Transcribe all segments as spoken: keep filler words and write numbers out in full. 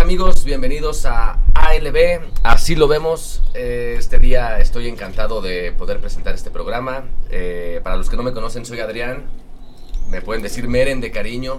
amigos? Bienvenidos a A L B, así lo vemos. Eh, este día estoy encantado de poder presentar este programa. Eh, para los que no me conocen, soy Adrián. Me pueden decir Meren de cariño.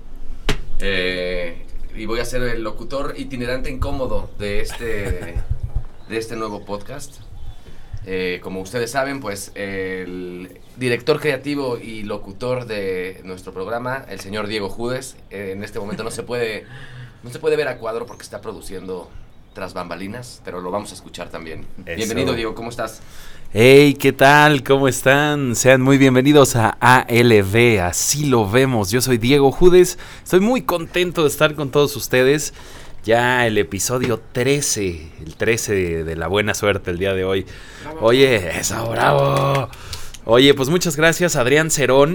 Eh, y voy a ser el locutor itinerante incómodo de este, de este nuevo podcast. Eh, como ustedes saben, pues el director creativo y locutor de nuestro programa, el señor Diego Judes, eh, en este momento no se puede no se puede ver a cuadro porque está produciendo tras bambalinas, pero lo vamos a escuchar también. Eso. Bienvenido, Diego, ¿cómo estás? Hey, ¿qué tal? ¿Cómo están? Sean muy bienvenidos a A L B, así lo vemos. Yo soy Diego Judes, estoy muy contento de estar con todos ustedes. Ya el episodio trece, el trece de, de la buena suerte el día de hoy. ¡Bravo! Oye, eso, bravo. Oye, pues muchas gracias, Adrián Cerón,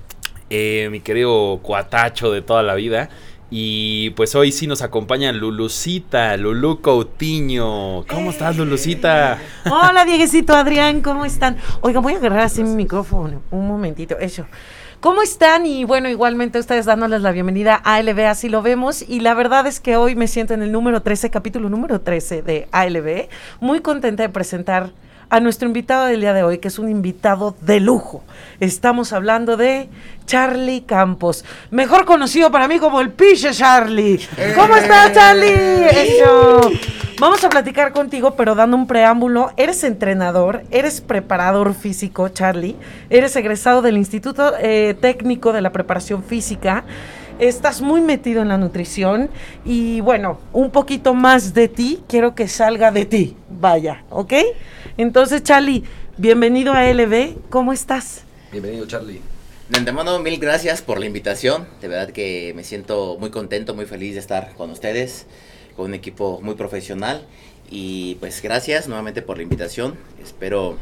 eh, mi querido cuatacho de toda la vida. Y pues hoy sí nos acompaña Lulucita, Lulú Coutinho. ¿Cómo estás, Lulucita? Hola, Dieguecito, Adrián, ¿cómo están? Oiga, voy a agarrar así mi micrófono, un momentito, eso. ¿Cómo están? Y bueno, igualmente ustedes dándoles la bienvenida a A L B, así lo vemos. Y la verdad es que hoy me siento en el número trece, capítulo número trece de A L B. Muy contenta de presentar a nuestro invitado del día de hoy, que es un invitado de lujo. Estamos hablando de Charlie Campos, mejor conocido para mí como el Piche Charlie. ¿Cómo estás, Charlie? Eso. Vamos a platicar contigo, pero dando un preámbulo. Eres entrenador, eres preparador físico, Charlie. Eres egresado del Instituto eh, Técnico de la Preparación Física. Estás muy metido en la nutrición y bueno, un poquito más de ti, quiero que salga de ti, vaya, ¿ok? Entonces, Charlie, bienvenido a A L B, ¿cómo estás? Bienvenido, Charlie. De antemano, mil gracias por la invitación, de verdad que me siento muy contento, muy feliz de estar con ustedes, con un equipo muy profesional y pues gracias nuevamente por la invitación, espero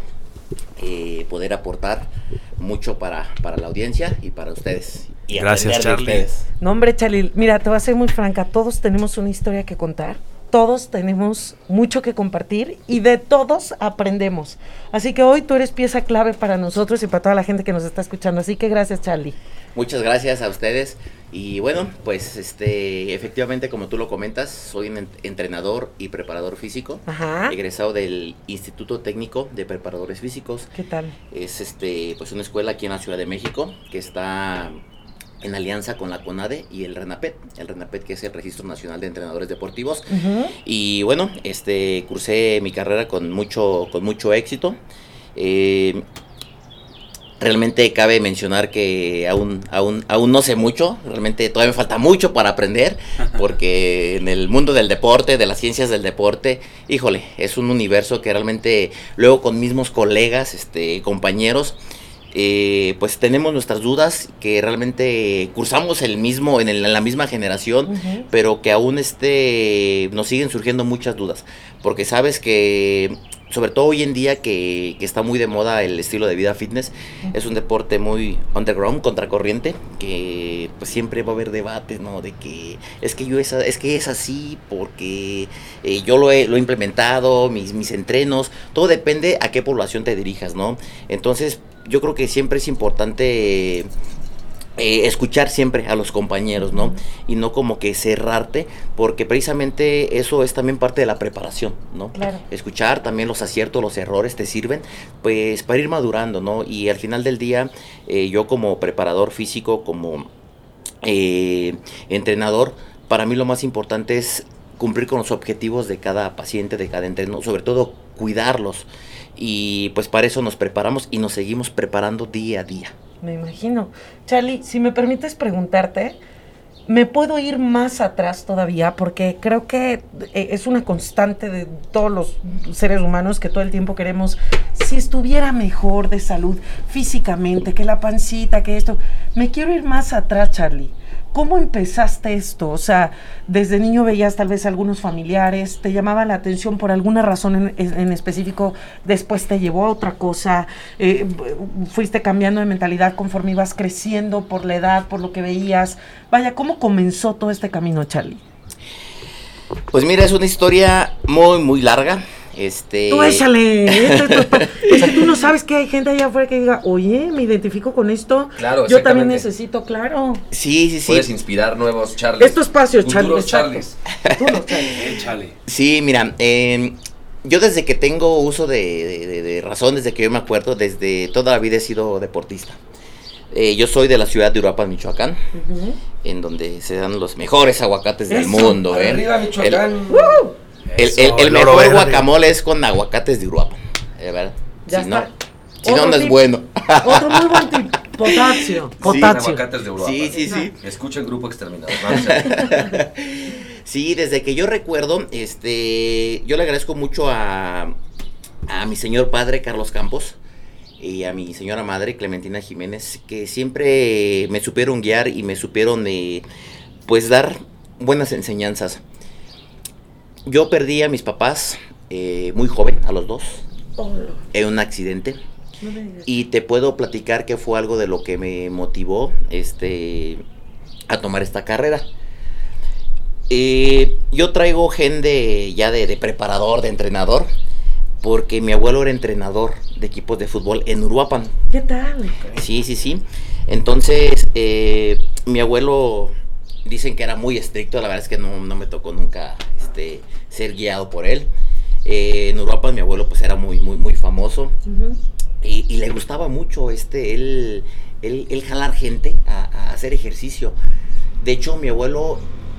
eh, poder aportar mucho para, para la audiencia y para ustedes. Y gracias, Charlie. No, hombre, Charlie, mira, te voy a ser muy franca, todos tenemos una historia que contar, todos tenemos mucho que compartir y de todos aprendemos. Así que hoy tú eres pieza clave para nosotros y para toda la gente que nos está escuchando. Así que gracias, Charlie. Muchas gracias a ustedes. Y bueno, pues este, efectivamente, como tú lo comentas, soy un entrenador y preparador físico. Ajá. Egresado del Instituto Técnico de Preparadores Físicos. ¿Qué tal? Es este, pues una escuela aquí en la Ciudad de México que está en alianza con la CONADE y el RENAPET, el RENAPET que es el Registro Nacional de Entrenadores Deportivos. Uh-huh. Y bueno, este cursé mi carrera con mucho, con mucho éxito. Eh, realmente cabe mencionar que aún, aún, aún no sé mucho, realmente todavía me falta mucho para aprender, porque en el mundo del deporte, de las ciencias del deporte, híjole, es un universo que realmente luego con mismos colegas, este, compañeros, Eh, pues tenemos nuestras dudas, que realmente cursamos el mismo, en, el, en la misma generación, uh-huh. pero que aún este, nos siguen surgiendo muchas dudas, porque sabes que, sobre todo hoy en día que, que está muy de moda el estilo de vida fitness, uh-huh. es un deporte muy underground, contracorriente, que pues siempre va a haber debates, ¿no? De que es que yo es, es que es así porque eh, yo lo he, lo he implementado, mis, mis entrenos, todo depende a qué población te dirijas, ¿no? Entonces, yo creo que siempre es importante eh, escuchar siempre a los compañeros, ¿no? Uh-huh. Y no como que cerrarte, porque precisamente eso es también parte de la preparación, ¿no? Claro. Escuchar también los aciertos, los errores te sirven, pues, para ir madurando, ¿no? Y al final del día, eh, yo como preparador físico, como eh, entrenador, para mí lo más importante es cumplir con los objetivos de cada paciente, de cada entreno, sobre todo cuidarlos. Y pues para eso nos preparamos y nos seguimos preparando día a día. Me imagino. Charlie, si me permites preguntarte, ¿me puedo ir más atrás todavía? Porque creo que es una constante de todos los seres humanos que todo el tiempo queremos, si estuviera mejor de salud físicamente, que la pancita, que esto. Me quiero ir más atrás, Charlie. ¿Cómo empezaste esto? O sea, desde niño veías tal vez algunos familiares, te llamaba la atención por alguna razón en, en específico, después te llevó a otra cosa, eh, fuiste cambiando de mentalidad conforme ibas creciendo por la edad, por lo que veías. Vaya, ¿cómo comenzó todo este camino, Charlie? Pues mira, es una historia muy, muy larga. Este... Tú échale. Esto, esto, esto. Es que tú no sabes que hay gente allá afuera que diga, oye, me identifico con esto. Claro, yo también necesito, claro. Sí, sí, sí. Puedes inspirar nuevos Charlies. Esto es espacio, Charlies. Charlies. Futuros Charlies. Échale. Sí, mira, eh, yo desde que tengo uso de, de, de, de razón, desde que yo me acuerdo, desde toda la vida he sido deportista. Eh, yo soy de la ciudad de Uruapan, Michoacán, uh-huh. en donde se dan los mejores aguacates Eso, del mundo. ¿eh? Arriba, Michoacán. El, uh, el, el, el, el mejor verde. Guacamole es con aguacates de Uruapan, ¿eh, ¿verdad? Ya si está. no, si no, no es bueno. Otro muy buen tip. Potasio. Sí, Potasio. aguacates de Uruapan. Sí, sí, sí. Escucha el Grupo Exterminador. Sí, desde que yo recuerdo, este, yo le agradezco mucho a, a mi señor padre, Carlos Campos, y a mi señora madre, Clementina Jiménez, que siempre me supieron guiar y me supieron, eh, pues, dar buenas enseñanzas. Yo perdí a mis papás eh, muy joven, a los dos, oh. en un accidente. No me digas. Y te puedo platicar que fue algo de lo que me motivó este, a tomar esta carrera. Eh, yo traigo gen de, ya de, de preparador, de entrenador, porque mi abuelo era entrenador de equipos de fútbol en Uruapan. ¿Qué tal? Sí, sí, sí. Entonces, eh, mi abuelo, dicen que era muy estricto, la verdad es que no, no me tocó nunca este, ser guiado por él. Eh, en Uruapan mi abuelo pues era muy, muy, muy famoso. Uh-huh. y, y le gustaba mucho este, él, él, él jalar gente a, a hacer ejercicio. De hecho, mi abuelo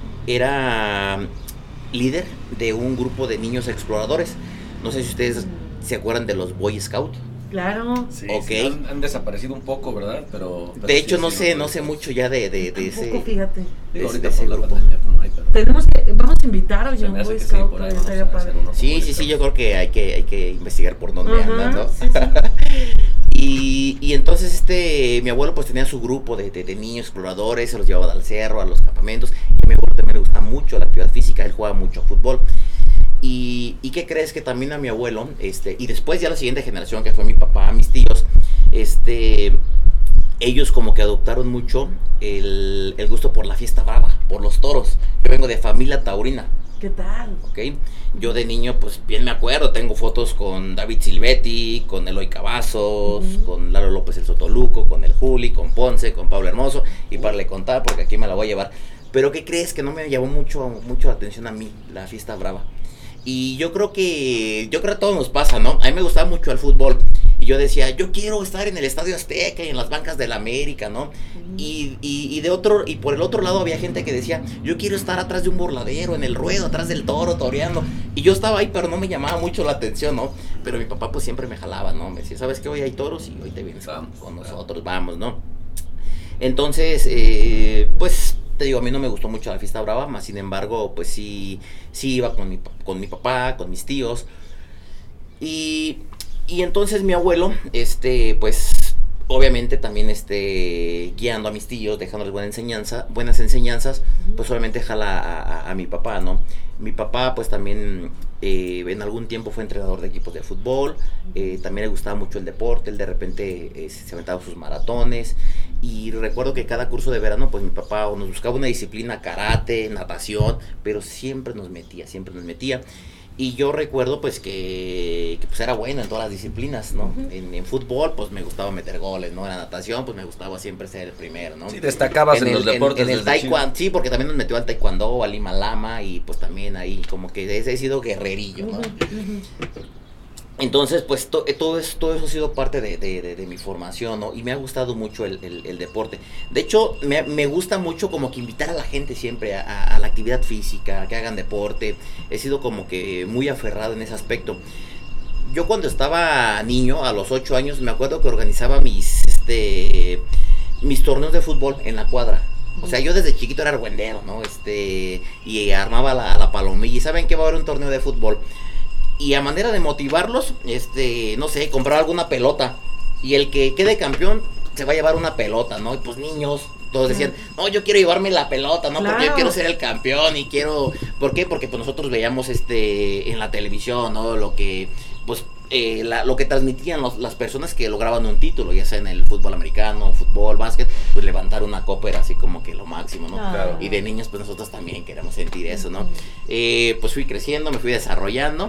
era líder de un grupo de niños exploradores. No sé si ustedes se acuerdan de los Boy Scouts. Claro. Sí, okay. sí, han, han desaparecido un poco, ¿verdad? Pero, pero de hecho, sí, no sí, sé, no, no sé mucho ya de, de, de ese. Tampoco, fíjate. Digo, de, ahorita de ese por la grupo. pandemia, no hay, pero... Tenemos que, vamos a invitar a un Boy Scout. Sí, por ahí vamos a hacer uno sí, sí, sí, yo creo que hay que, hay que investigar por dónde Ajá, andan, ¿no? Sí, sí. y, y entonces este, mi abuelo pues tenía su grupo de, de, de niños exploradores, se los llevaba al cerro, a los campamentos. Y a mi abuelo también le gustaba mucho la actividad física, él jugaba mucho fútbol. Y, y qué crees que también a mi abuelo, este, y después ya la siguiente generación que fue mi papá, mis tíos, este, ellos como que adoptaron mucho el, el gusto por la fiesta brava, por los toros. Yo vengo de familia taurina. ¿Qué tal? Ok, yo de niño pues bien me acuerdo, tengo fotos con David Silvetti, con Eloy Cavazos, uh-huh. con Lalo López el Sotoluco, con el Juli, con Ponce, con Pablo Hermoso, y para le contar porque aquí me la voy a llevar. Pero ¿qué crees? Que no me llamó mucho, mucho la atención a mí, la fiesta brava. Y yo creo que, yo creo que a todos nos pasa, ¿no? A mí me gustaba mucho el fútbol. Y yo decía, yo quiero estar en el Estadio Azteca y en las bancas del América, ¿no? Uh-huh. Y, y, y de otro, y por el otro lado había gente que decía, yo quiero estar atrás de un burladero, en el ruedo, atrás del toro, toreando. Y yo estaba ahí, pero no me llamaba mucho la atención, ¿no? Pero mi papá pues siempre me jalaba, ¿no? Me decía, ¿sabes qué? Hoy hay toros y hoy te vienes con, con nosotros, vamos, ¿no? Entonces, eh, pues... Te digo, a mí no me gustó mucho la fiesta brava, más sin embargo, pues sí, sí iba con mi, con mi papá, con mis tíos. Y, y entonces mi abuelo, este, pues, obviamente también, este, guiando a mis tíos, dejándoles buena enseñanza, buenas enseñanzas, pues obviamente jala a, a, a mi papá, ¿no? Mi papá, pues también, eh, en algún tiempo fue entrenador de equipos de fútbol, eh, también le gustaba mucho el deporte, él de repente eh, se aventaba sus maratones. Y recuerdo que cada curso de verano, pues mi papá nos buscaba una disciplina, karate, natación, pero siempre nos metía, siempre nos metía. Y yo recuerdo pues que, que pues era bueno en todas las disciplinas, ¿no? Uh-huh. En, en fútbol pues me gustaba meter goles, ¿no? En la natación pues me gustaba siempre ser el primero, ¿no? Sí, destacabas en, en el, los deportes. En, en el taekwondo, sí, porque también nos metió al taekwondo, al Himalama y pues también ahí como que he sido guerrerillo, ¿no? Uh-huh. Entonces, pues, to, todo, eso, todo eso ha sido parte de, de, de, de mi formación, ¿no? Y me ha gustado mucho el, el, el deporte. De hecho, me, me gusta mucho como que invitar a la gente siempre a, a, a la actividad física, a que hagan deporte. He sido como que muy aferrado en ese aspecto. Yo cuando estaba niño, a los ocho años, me acuerdo que organizaba mis, este, mis torneos de fútbol en la cuadra. O sea, yo desde chiquito era argüendero, ¿no? Este, y armaba la, la palomilla. ¿Y saben que va a haber un torneo de fútbol? Y a manera de motivarlos, este, no sé, comprar alguna pelota. Y el que quede campeón se va a llevar una pelota, ¿no? Y pues niños, todos decían, no, yo quiero llevarme la pelota, ¿no? Claro. Porque yo quiero ser el campeón y quiero... ¿Por qué? Porque pues nosotros veíamos este en la televisión, ¿no? Lo que, pues, eh, la, lo que transmitían los, las personas que lograban un título, ya sea en el fútbol americano, fútbol, básquet, pues levantar una copa era así como que lo máximo, ¿no? Claro. Y de niños, pues nosotros también queremos sentir eso, ¿no? Eh, pues fui creciendo, me fui desarrollando.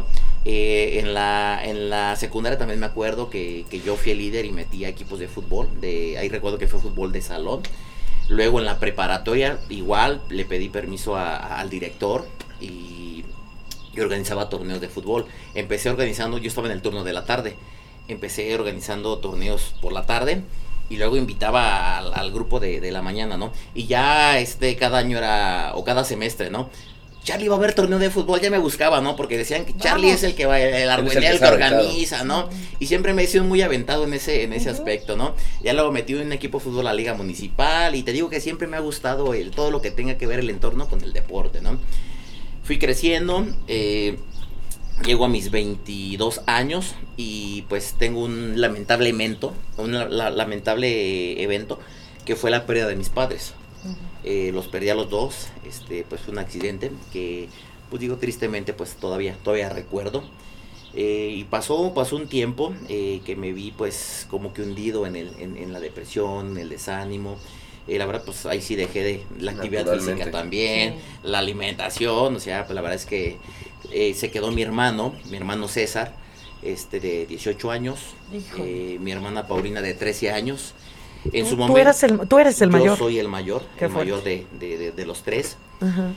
Eh, en, la, en la secundaria también me acuerdo que, que yo fui el líder y metí a equipos de fútbol. De, ahí recuerdo que fue fútbol de salón. Luego en la preparatoria igual le pedí permiso a, a, al director y, y organizaba torneos de fútbol. Empecé organizando, yo estaba en el turno de la tarde, empecé organizando torneos por la tarde y luego invitaba al, al grupo de, de la mañana, ¿no? Y ya este cada año era, o cada semestre, ¿no? Charlie va a haber torneo de fútbol, ya me buscaba, ¿no? Porque decían que Charlie Vamos. es el que va, el argüendea, el, el que organiza, ¿no? Uh-huh. Y siempre me he sido muy aventado en ese, en ese uh-huh. aspecto, ¿no? Ya luego metí en un equipo de fútbol a la Liga Municipal y te digo que siempre me ha gustado el, todo lo que tenga que ver el entorno con el deporte, ¿no? Fui creciendo, eh, llego a mis veintidós años y pues tengo un lamentable evento, un la, lamentable evento que fue la pérdida de mis padres. Eh, los perdí a los dos, este, pues fue un accidente que, pues digo tristemente, pues todavía, todavía recuerdo. Eh, y pasó, pasó un tiempo eh, que me vi pues como que hundido en, el, en, en la depresión, en el desánimo. Eh, la verdad, pues ahí sí dejé de la actividad física también, sí. la alimentación, o sea, pues la verdad es que eh, se quedó mi hermano, mi hermano César, este de dieciocho años, eh, mi hermana Paulina de trece años. En su tú, momento, eras el, tú eres el yo mayor. Yo soy el mayor, Qué el fuerte. mayor de, de, de, de los tres. Uh-huh.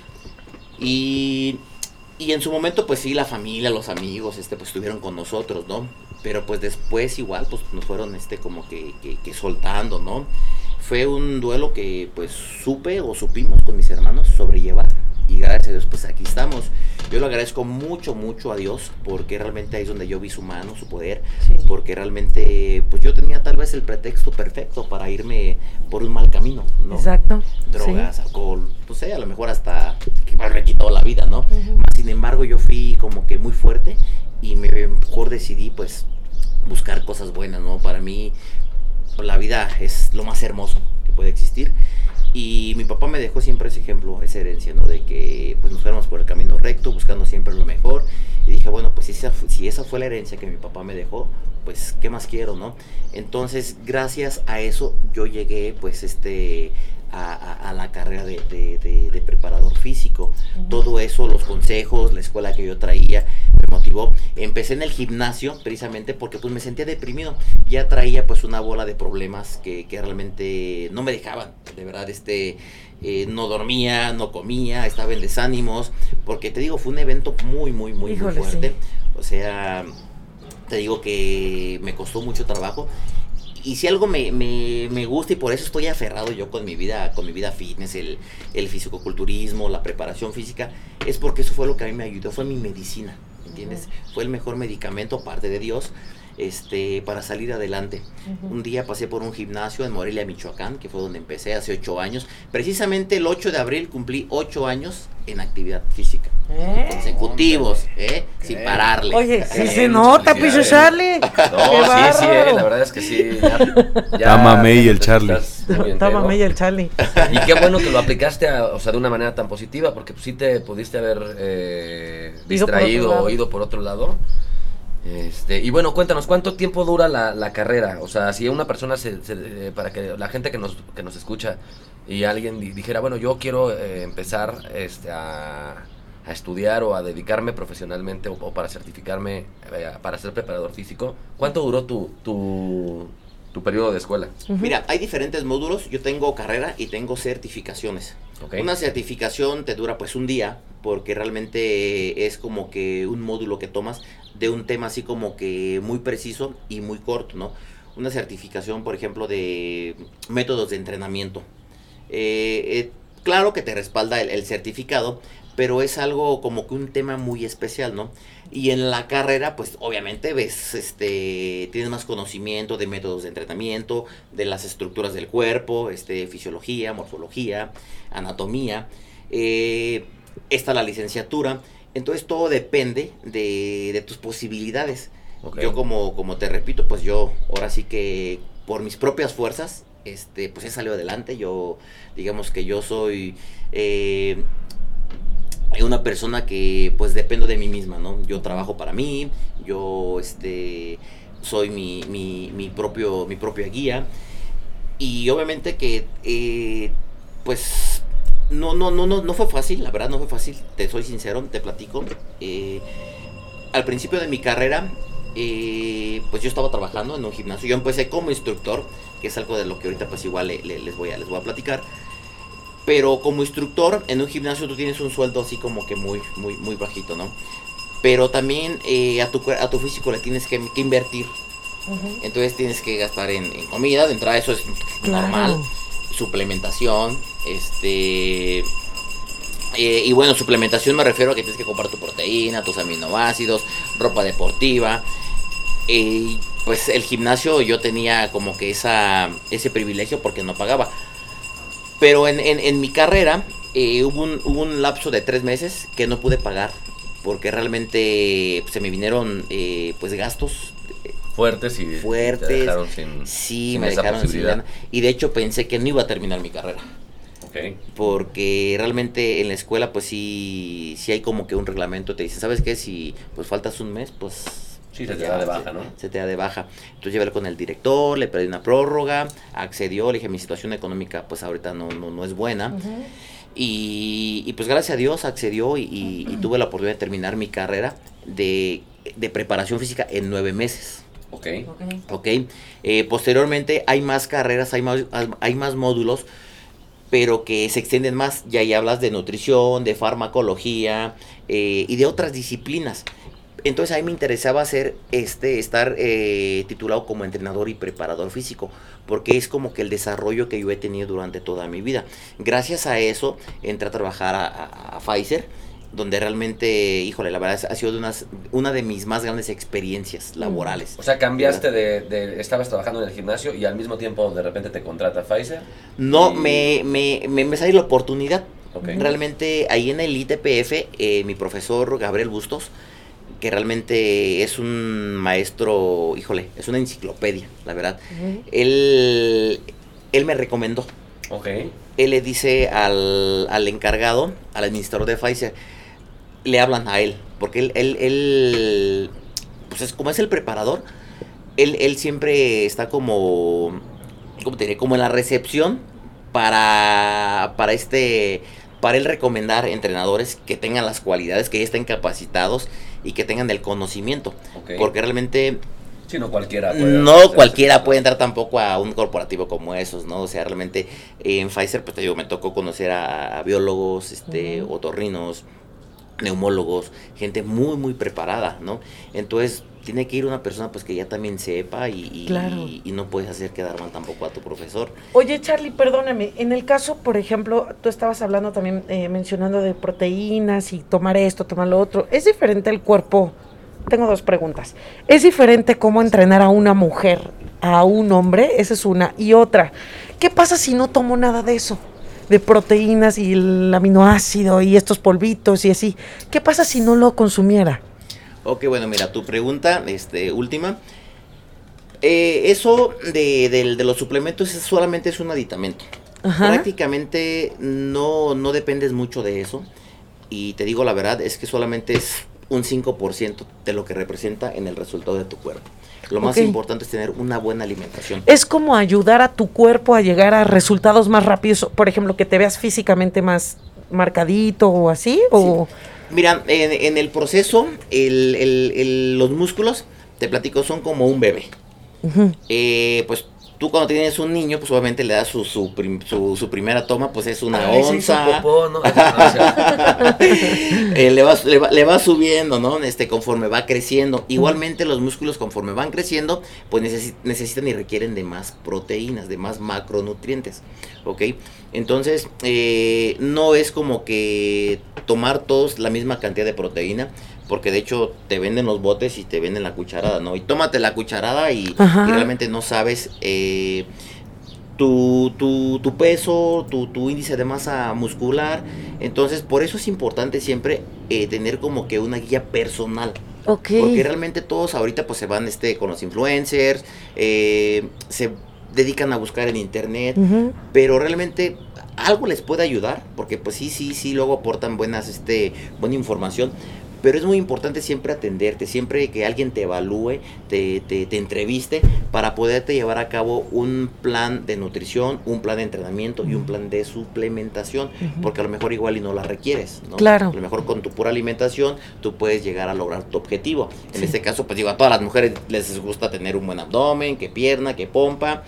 Y, y en su momento, pues sí, la familia, los amigos, este, pues estuvieron con nosotros, ¿no? Pero pues después igual, pues nos fueron, este, como que, que, que soltando, ¿no? Fue un duelo que, pues, supe o supimos con mis hermanos sobrellevar. Y gracias a Dios, pues aquí estamos. Yo lo agradezco mucho, mucho a Dios, porque realmente ahí es donde yo vi su mano, su poder, sí. porque realmente, pues yo tenía tal vez el pretexto perfecto para irme por un mal camino, ¿no? Exacto. Drogas, sí. alcohol, no sé, a lo mejor hasta que me quitó la vida, ¿no? Uh-huh. Más sin embargo, yo fui como que muy fuerte y me, mejor decidí, pues, buscar cosas buenas, ¿no? Para mí, la vida es lo más hermoso que puede existir. Y mi papá me dejó siempre ese ejemplo, esa herencia, ¿no? De que pues nos fuéramos por el camino recto, buscando siempre lo mejor. Y dije, bueno, pues si esa, si esa fue la herencia que mi papá me dejó, pues ¿qué más quiero, no? Entonces, gracias a eso, yo llegué, pues, este... A, a, a la carrera de, de, de, de preparador físico. Uh-huh. Todo eso, los consejos, la escuela que yo traía, me motivó. Empecé en el gimnasio precisamente porque pues me sentía deprimido. Ya traía pues una bola de problemas que, que realmente no me dejaban. De verdad, este, eh, no dormía, no comía, estaba en desánimos. Porque te digo, fue un evento muy, muy, muy, Híjole, muy fuerte. Sí. O sea, te digo que me costó mucho trabajo. Y si algo me, me, me gusta y por eso estoy aferrado yo con mi vida, con mi vida fitness, el, el fisicoculturismo, la preparación física, es porque eso fue lo que a mí me ayudó, fue mi medicina, ¿entiendes? Uh-huh. Fue el mejor medicamento, aparte de Dios, este, para salir adelante. Uh-huh. Un día pasé por un gimnasio en Morelia, Michoacán, que fue donde empecé hace ocho años. Precisamente el ocho de abril cumplí ocho años en actividad física. ¿Eh? Consecutivos, ¿eh? ¿Qué? Sin pararle. Oye, sí se nota, Piso Charlie. No, sí, sí, eh, la verdad es que sí. Támame y el Charlie. Támame y el Charlie. Y qué bueno que lo aplicaste, a, o sea, de una manera tan positiva, porque pues, sí te pudiste haber eh, distraído o ido por otro lado. Este, y bueno, cuéntanos, ¿cuánto tiempo dura la, la carrera? O sea, si una persona, se, se, para que la gente que nos, que nos escucha y alguien dijera, bueno, yo quiero eh, empezar este, a, a estudiar o a dedicarme profesionalmente o, o para certificarme, eh, para ser preparador físico, ¿cuánto duró tu, tu, tu periodo de escuela? Uh-huh. Mira, hay diferentes módulos, yo tengo carrera y tengo certificaciones. Okay. Una certificación te dura pues un día, porque realmente es como que un módulo que tomas de un tema así como que muy preciso y muy corto, ¿no? Una certificación, por ejemplo, de métodos de entrenamiento. Eh, eh, claro que te respalda el, el certificado, pero es algo como que un tema muy especial, ¿no? Y en la carrera, pues obviamente ves, este, tienes más conocimiento de métodos de entrenamiento, de las estructuras del cuerpo, este, fisiología, morfología, anatomía. Eh, está la licenciatura. Entonces todo depende de, de tus posibilidades. Okay. Yo como, como te repito, pues yo ahora sí que por mis propias fuerzas, este, pues he salido adelante. Yo, digamos que yo soy eh, una persona que pues dependo de mí misma, ¿no? Yo trabajo para mí, yo este, soy mi, mi, mi, propio, mi propia guía. Y obviamente que eh, pues... No, no, no, no, no fue fácil, la verdad no fue fácil, te soy sincero, te platico. Eh, al principio de mi carrera, eh, pues yo estaba trabajando en un gimnasio. Yo empecé como instructor, que es algo de lo que ahorita pues igual le, le, les, voy a, les voy a platicar. Pero como instructor en un gimnasio tú tienes un sueldo así como que muy, muy, muy bajito, ¿no? Pero también eh, a, tu, a tu físico le tienes que, que invertir. Uh-huh. Entonces tienes que gastar en, en comida, de entrada eso es claro. normal. Suplementación, este... Eh, y bueno, suplementación me refiero a que tienes que comprar tu proteína, tus aminoácidos, ropa deportiva. Eh, pues el gimnasio yo tenía como que esa ese privilegio porque no pagaba. Pero en, en, en mi carrera eh, hubo, un, hubo un lapso de tres meses que no pude pagar porque realmente pues, se me vinieron eh, pues gastos fuertes y fuertes. te dejaron sin, sí, sin me esa dejaron sin lana. Y de hecho pensé que no iba a terminar mi carrera. Okay. Porque realmente en la escuela pues sí, sí hay como que un reglamento, te dicen, ¿sabes qué? Si pues faltas un mes, pues... Sí, se te da de baja, ¿no? Se te da de baja. Entonces llevé con el director, le pedí una prórroga, accedió, le dije, mi situación económica pues ahorita no, no, no es buena. Uh-huh. Y, y pues gracias a Dios accedió y, y, y tuve la oportunidad de terminar mi carrera de, de preparación física en nueve meses. Ok. Ok. okay. Eh, posteriormente hay más carreras, hay más, hay más módulos, pero que se extienden más. Ya ahí hablas de nutrición, de farmacología eh, y de otras disciplinas. Entonces a mí me interesaba hacer este, estar eh, titulado como entrenador y preparador físico, porque es como que el desarrollo que yo he tenido durante toda mi vida. Gracias a eso entré a trabajar a, a, a Pfizer, donde realmente, híjole, la verdad ha sido de unas, una de mis más grandes experiencias laborales. O sea, cambiaste de, de, estabas trabajando en el gimnasio y al mismo tiempo de repente te contrata Pfizer. No, y... me, me, me, me salió la oportunidad. Okay. Realmente ahí en el I T P F, eh, mi profesor Gabriel Bustos, que realmente es un maestro, híjole, es una enciclopedia, la verdad. Uh-huh. Él, él me recomendó. Okay. Él le dice al, al encargado, al administrador de Pfizer, le hablan a él, porque él, él, él pues es, como es el preparador, él, él siempre está como, ¿cómo te diré? Como en la recepción para, para este, para él recomendar entrenadores que tengan las cualidades, que ya estén capacitados y que tengan el conocimiento, okay. Porque realmente... Sí, no cualquiera puede no cualquiera puede entrar tampoco a un corporativo como esos, ¿no? O sea, realmente eh, en Pfizer, pues te digo, me tocó conocer a, a biólogos, este, uh-huh. otorrinos, neumólogos, gente muy, muy preparada, ¿no? Entonces, tiene que ir una persona pues que ya también sepa y, y, claro. y, y no puedes hacer quedar mal tampoco a tu profesor. Oye, Charlie, perdóname, en el caso, por ejemplo, tú estabas hablando también, eh, mencionando de proteínas y tomar esto, tomar lo otro, ¿es diferente el cuerpo? Tengo dos preguntas. ¿Es diferente cómo entrenar a una mujer a un hombre? Esa es una. Y otra, ¿qué pasa si no tomo nada de eso? De proteínas y el aminoácido y estos polvitos y así. ¿Qué pasa si no lo consumiera? Ok, bueno, mira, tu pregunta este, última. Eh, eso de, de, de los suplementos es, solamente es un aditamento. Ajá. Prácticamente no, no dependes mucho de eso. Y te digo la verdad, es que solamente es un cinco por ciento de lo que representa en el resultado de tu cuerpo. Lo más okay. importante es tener una buena alimentación. Es como ayudar a tu cuerpo a llegar a resultados más rápidos, por ejemplo, que te veas físicamente más marcadito o así, o... Sí. Mira, en, en el proceso, el, el, el, los músculos, te platico, son como un bebé. Uh-huh. Eh, pues tú cuando tienes un niño, pues obviamente le das su su, prim, su, su primera toma, pues es una Ay, onza. Sí, popó, ¿no? eh, le, va, le, va, le va subiendo, ¿no? Este, conforme va creciendo. Igualmente los músculos conforme van creciendo, pues necesi- necesitan y requieren de más proteínas, de más macronutrientes, ¿ok? Entonces, eh, no es como que tomar todos la misma cantidad de proteína, porque de hecho te venden los botes y te venden la cucharada, ¿no? Y tómate la cucharada y, y realmente no sabes eh, tu, tu, tu peso, tu, tu índice de masa muscular. Entonces, por eso es importante siempre eh, tener como que una guía personal. Okay. Porque realmente todos ahorita pues se van este con los influencers, eh, se dedican a buscar en internet, uh-huh. pero realmente algo les puede ayudar, porque pues sí, sí, sí, luego aportan buenas, este, buena información. pero es muy importante siempre atenderte, siempre que alguien te evalúe, te, te, te entreviste para poderte llevar a cabo un plan de nutrición, un plan de entrenamiento y un plan de suplementación, uh-huh. porque a lo mejor igual y no la requieres, ¿no? Claro. A lo mejor con tu pura alimentación tú puedes llegar a lograr tu objetivo. En sí. este caso, pues digo, a todas las mujeres les gusta tener un buen abdomen, que pierna, que pompa,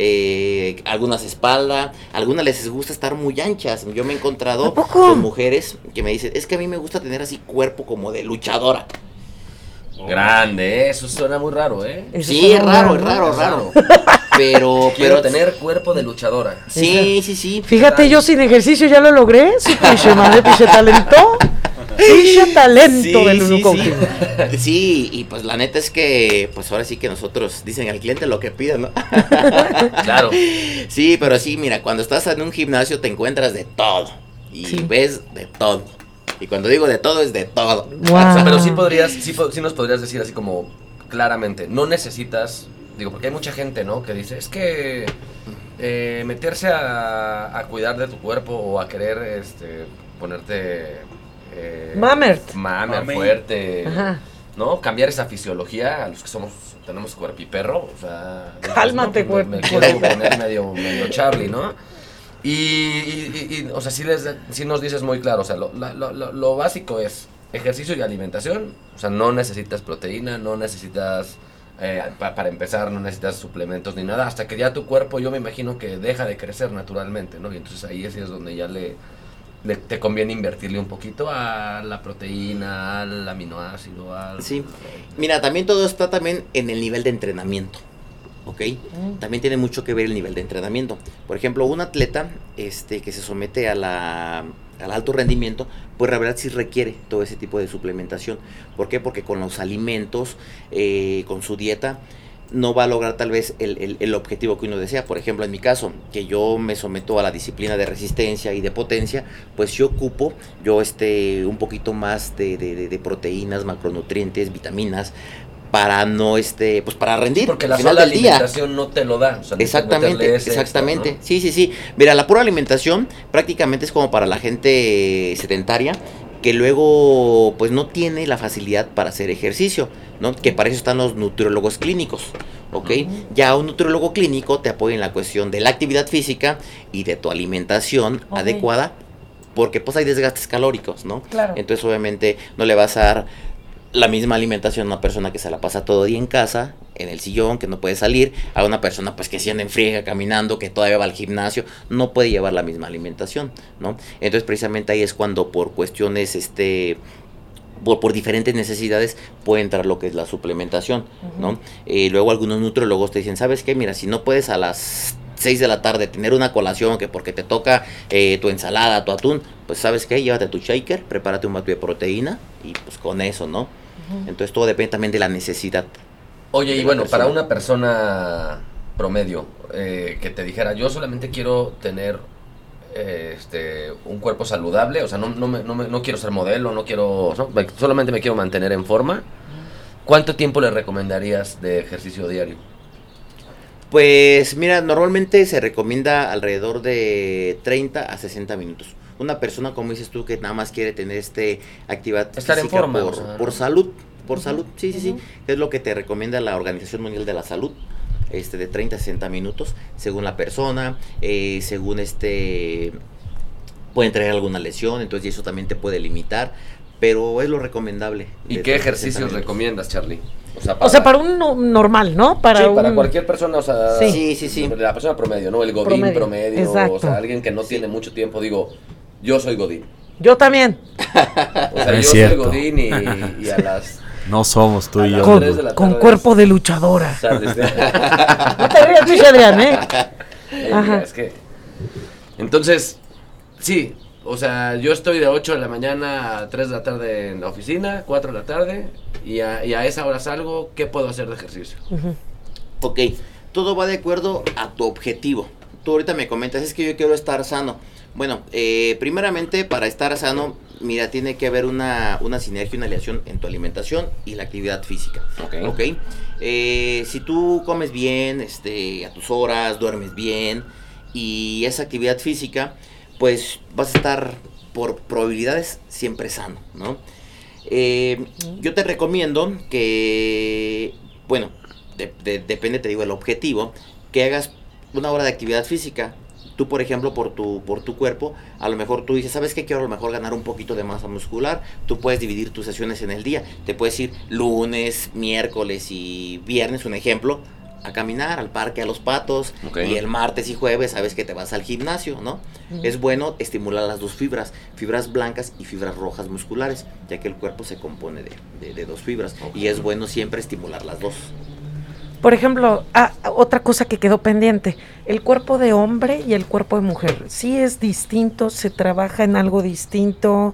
eh, algunas espalda, algunas les gusta estar muy anchas. Yo me he encontrado con mujeres que me dicen, es que a mí me gusta tener así cuerpo como de luchadora. Grande, ¿eh? Eso suena muy raro, ¿eh? Eso sí, es raro, es raro, es raro. Pero, Quiero pero tener cuerpo de luchadora. Sí, sí, sí. Fíjate, Ay. yo sin ejercicio ya lo logré. Sí, piche madre, piche talento. Piche talento sí, del sí, sí. sí, y pues la neta es que, pues ahora sí que nosotros dicen al cliente lo que pida, ¿no? Claro. Sí, pero sí, mira, cuando estás en un gimnasio te encuentras de todo. Y sí. ves de todo. Y cuando digo de todo, es de todo. Wow. O sea, pero sí podrías, sí, sí nos podrías decir así como claramente, no necesitas, digo, porque hay mucha gente, ¿no? Que dice, es que eh, meterse a, a cuidar de tu cuerpo o a querer este, ponerte... Eh, Mamert. Mamer, fuerte. Ajá. ¿No? Cambiar esa fisiología a los que somos, tenemos cuerpiperro, o sea... Cálmate, ¿no? pues me, me quiero poner medio, medio Charlie, ¿no? Y, y, y, o sea, sí, les, sí nos dices muy claro, o sea, lo, lo, lo, lo básico es ejercicio y alimentación, o sea, no necesitas proteína, no necesitas, eh, pa, para empezar, no necesitas suplementos ni nada, hasta que ya tu cuerpo, yo me imagino que deja de crecer naturalmente, ¿no? Y entonces ahí sí es donde ya le, le te conviene invertirle un poquito a la proteína, al aminoácido, al... Sí, mira, también todo está también en el nivel de entrenamiento. ¿Ok? Mm. También tiene mucho que ver el nivel de entrenamiento. Por ejemplo, un atleta este, que se somete a la, al alto rendimiento, pues la verdad sí requiere todo ese tipo de suplementación. ¿Por qué? Porque con los alimentos, eh, con su dieta, no va a lograr tal vez el, el, el objetivo que uno desea. Por ejemplo, en mi caso, que yo me someto a la disciplina de resistencia y de potencia, pues yo ocupo yo este, un poquito más de, de, de, de proteínas, macronutrientes, vitaminas, para no este pues para rendir, sí, porque la sola alimentación día. No te lo da, o sea, exactamente, exactamente, extra, ¿no? sí, sí, sí, mira, la pura alimentación prácticamente es como para la gente sedentaria que luego pues no tiene la facilidad para hacer ejercicio, ¿no? Que para eso están los nutriólogos clínicos, ¿ok? Uh-huh. Ya un nutriólogo clínico te apoya en la cuestión de la actividad física y de tu alimentación okay. adecuada, porque pues hay desgastes calóricos, ¿no? Claro. Entonces obviamente no le vas a dar la misma alimentación a una persona que se la pasa todo día en casa, en el sillón, que no puede salir, a una persona pues que se anda en friega caminando, que todavía va al gimnasio, no puede llevar la misma alimentación, ¿no? Entonces precisamente ahí es cuando por cuestiones, este, por, por diferentes necesidades puede entrar lo que es la suplementación, uh-huh. ¿no? Eh, luego algunos nutriólogos te dicen, ¿sabes qué? Mira, si no puedes a las seis de la tarde tener una colación que porque te toca eh, tu ensalada, tu atún, pues ¿sabes qué? Llévate tu shaker, prepárate un batido de proteína y pues con eso, ¿no? Uh-huh. Entonces todo depende también de la necesidad. Oye, y bueno, persona. Para una persona promedio eh, que te dijera, yo solamente quiero tener eh, este un cuerpo saludable, o sea, no, no, me, no, me, no quiero ser modelo, no quiero, no, solamente me quiero mantener en forma, ¿cuánto tiempo le recomendarías de ejercicio diario? Pues mira, normalmente se recomienda alrededor de treinta a sesenta minutos. Una persona, como dices tú, que nada más quiere tener este actividad estar en forma por, o sea, por salud, por uh-huh. salud, sí, sí, uh-huh. sí, es lo que te recomienda la Organización Mundial de la Salud, este, de treinta a sesenta minutos, según la persona, eh, según este, pueden traer alguna lesión, entonces eso también te puede limitar, pero es lo recomendable. ¿Y qué ejercicios recomiendas, Charlie? O sea, para, o sea, para un no, normal, ¿no? Para sí, un... para cualquier persona, o sea, sí, sí, sí, sí. La persona promedio, ¿no? El godín promedio, promedio o sea, alguien que no sí. tiene mucho tiempo, digo, yo soy godín. Yo también. O sea, es yo cierto. soy godín y, y a las... No somos tú y yo. Con, con cuerpo de luchadora. O sea, desde... No te rías, tú, Adrián, ¿eh? eh Ajá. Es que... Entonces, sí, o sea, yo estoy de ocho de la mañana a tres de la tarde en la oficina, cuatro de la tarde, y a, y a esa hora salgo, ¿qué puedo hacer de ejercicio? Uh-huh. Ok, todo va de acuerdo a tu objetivo. Tú ahorita me comentas, es que yo quiero estar sano. Bueno, eh, primeramente para estar sano, mira, tiene que haber una, una sinergia, una aliación en tu alimentación y la actividad física. Ok. Okay. Eh, si tú comes bien, este, a tus horas, duermes bien y esa actividad física, pues vas a estar por probabilidades siempre sano, ¿no? Eh, yo te recomiendo que, bueno, de, de, depende, te digo, el objetivo, que hagas una hora de actividad física. Tú, por ejemplo, por tu, por tu cuerpo, a lo mejor tú dices, ¿sabes qué? Quiero a lo mejor ganar un poquito de masa muscular. Tú puedes dividir tus sesiones en el día. Te puedes ir lunes, miércoles y viernes, un ejemplo, a caminar al parque, a los patos. Okay. Y el martes y jueves sabes que te vas al gimnasio, ¿no? Uh-huh. Es bueno estimular las dos fibras, fibras blancas y fibras rojas musculares, ya que el cuerpo se compone de, de, de dos fibras. Okay. Y es bueno siempre estimular las dos. Por ejemplo, ah, otra cosa que quedó pendiente, el cuerpo de hombre y el cuerpo de mujer, ¿sí es distinto? ¿Se trabaja en algo distinto?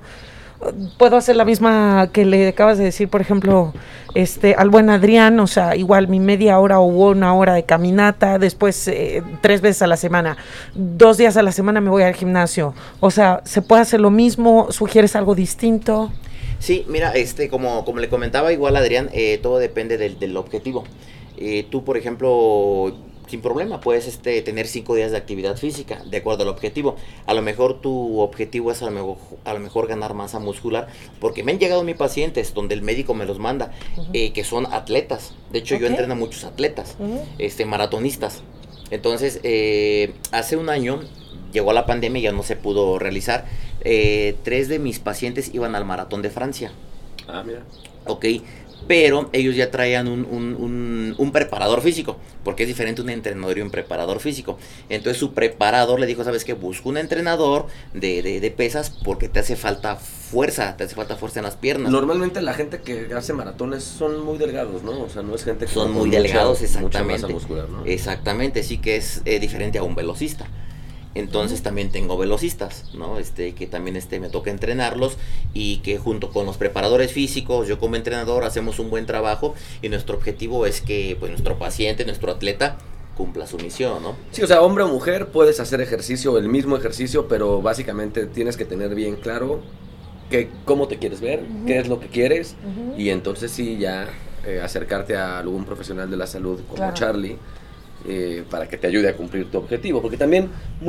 Puedo hacer la misma que le acabas de decir, por ejemplo, este al buen Adrián, o sea, igual mi media hora o una hora de caminata, después eh, tres veces a la semana, dos días a la semana me voy al gimnasio. O sea, ¿se puede hacer lo mismo? ¿Sugieres algo distinto? Sí, mira, este como, como le comentaba igual Adrián, eh, todo depende del, del objetivo. Eh, tú, por ejemplo, sin problema, puedes este, tener cinco días de actividad física, de acuerdo al objetivo. A lo mejor tu objetivo es a lo mejor, a lo mejor ganar masa muscular, porque me han llegado mis pacientes donde el médico me los manda, uh-huh. eh, que son atletas. De hecho, okay. yo entreno a muchos atletas, uh-huh. este, maratonistas. Entonces, eh, hace un año llegó la pandemia y ya no se pudo realizar. Eh, tres de mis pacientes iban al maratón de Francia. Ah, mira. Ok. Pero ellos ya traían un, un, un, un preparador físico, porque es diferente un entrenador y un preparador físico. Entonces su preparador le dijo, ¿sabes qué? Busca un entrenador de, de, de pesas porque te hace falta fuerza, te hace falta fuerza en las piernas. Normalmente la gente que hace maratones son muy delgados, ¿no? O sea, no es gente que... Son muy delgados, mucha, exactamente. Mucha masa muscular, ¿no? Exactamente, sí que es eh, diferente a un velocista. Entonces uh-huh. también tengo velocistas, ¿no? Este, que también este, me toca entrenarlos y que junto con los preparadores físicos, yo como entrenador, hacemos un buen trabajo y nuestro objetivo es que pues nuestro paciente, nuestro atleta, cumpla su misión, ¿no? Sí, o sea, hombre o mujer, puedes hacer ejercicio, el mismo ejercicio, pero básicamente tienes que tener bien claro que, cómo te quieres ver, uh-huh. qué es lo que quieres, uh-huh. y entonces sí ya eh, acercarte a algún profesional de la salud como claro. Charlie, Eh, para que te ayude a cumplir tu objetivo, porque también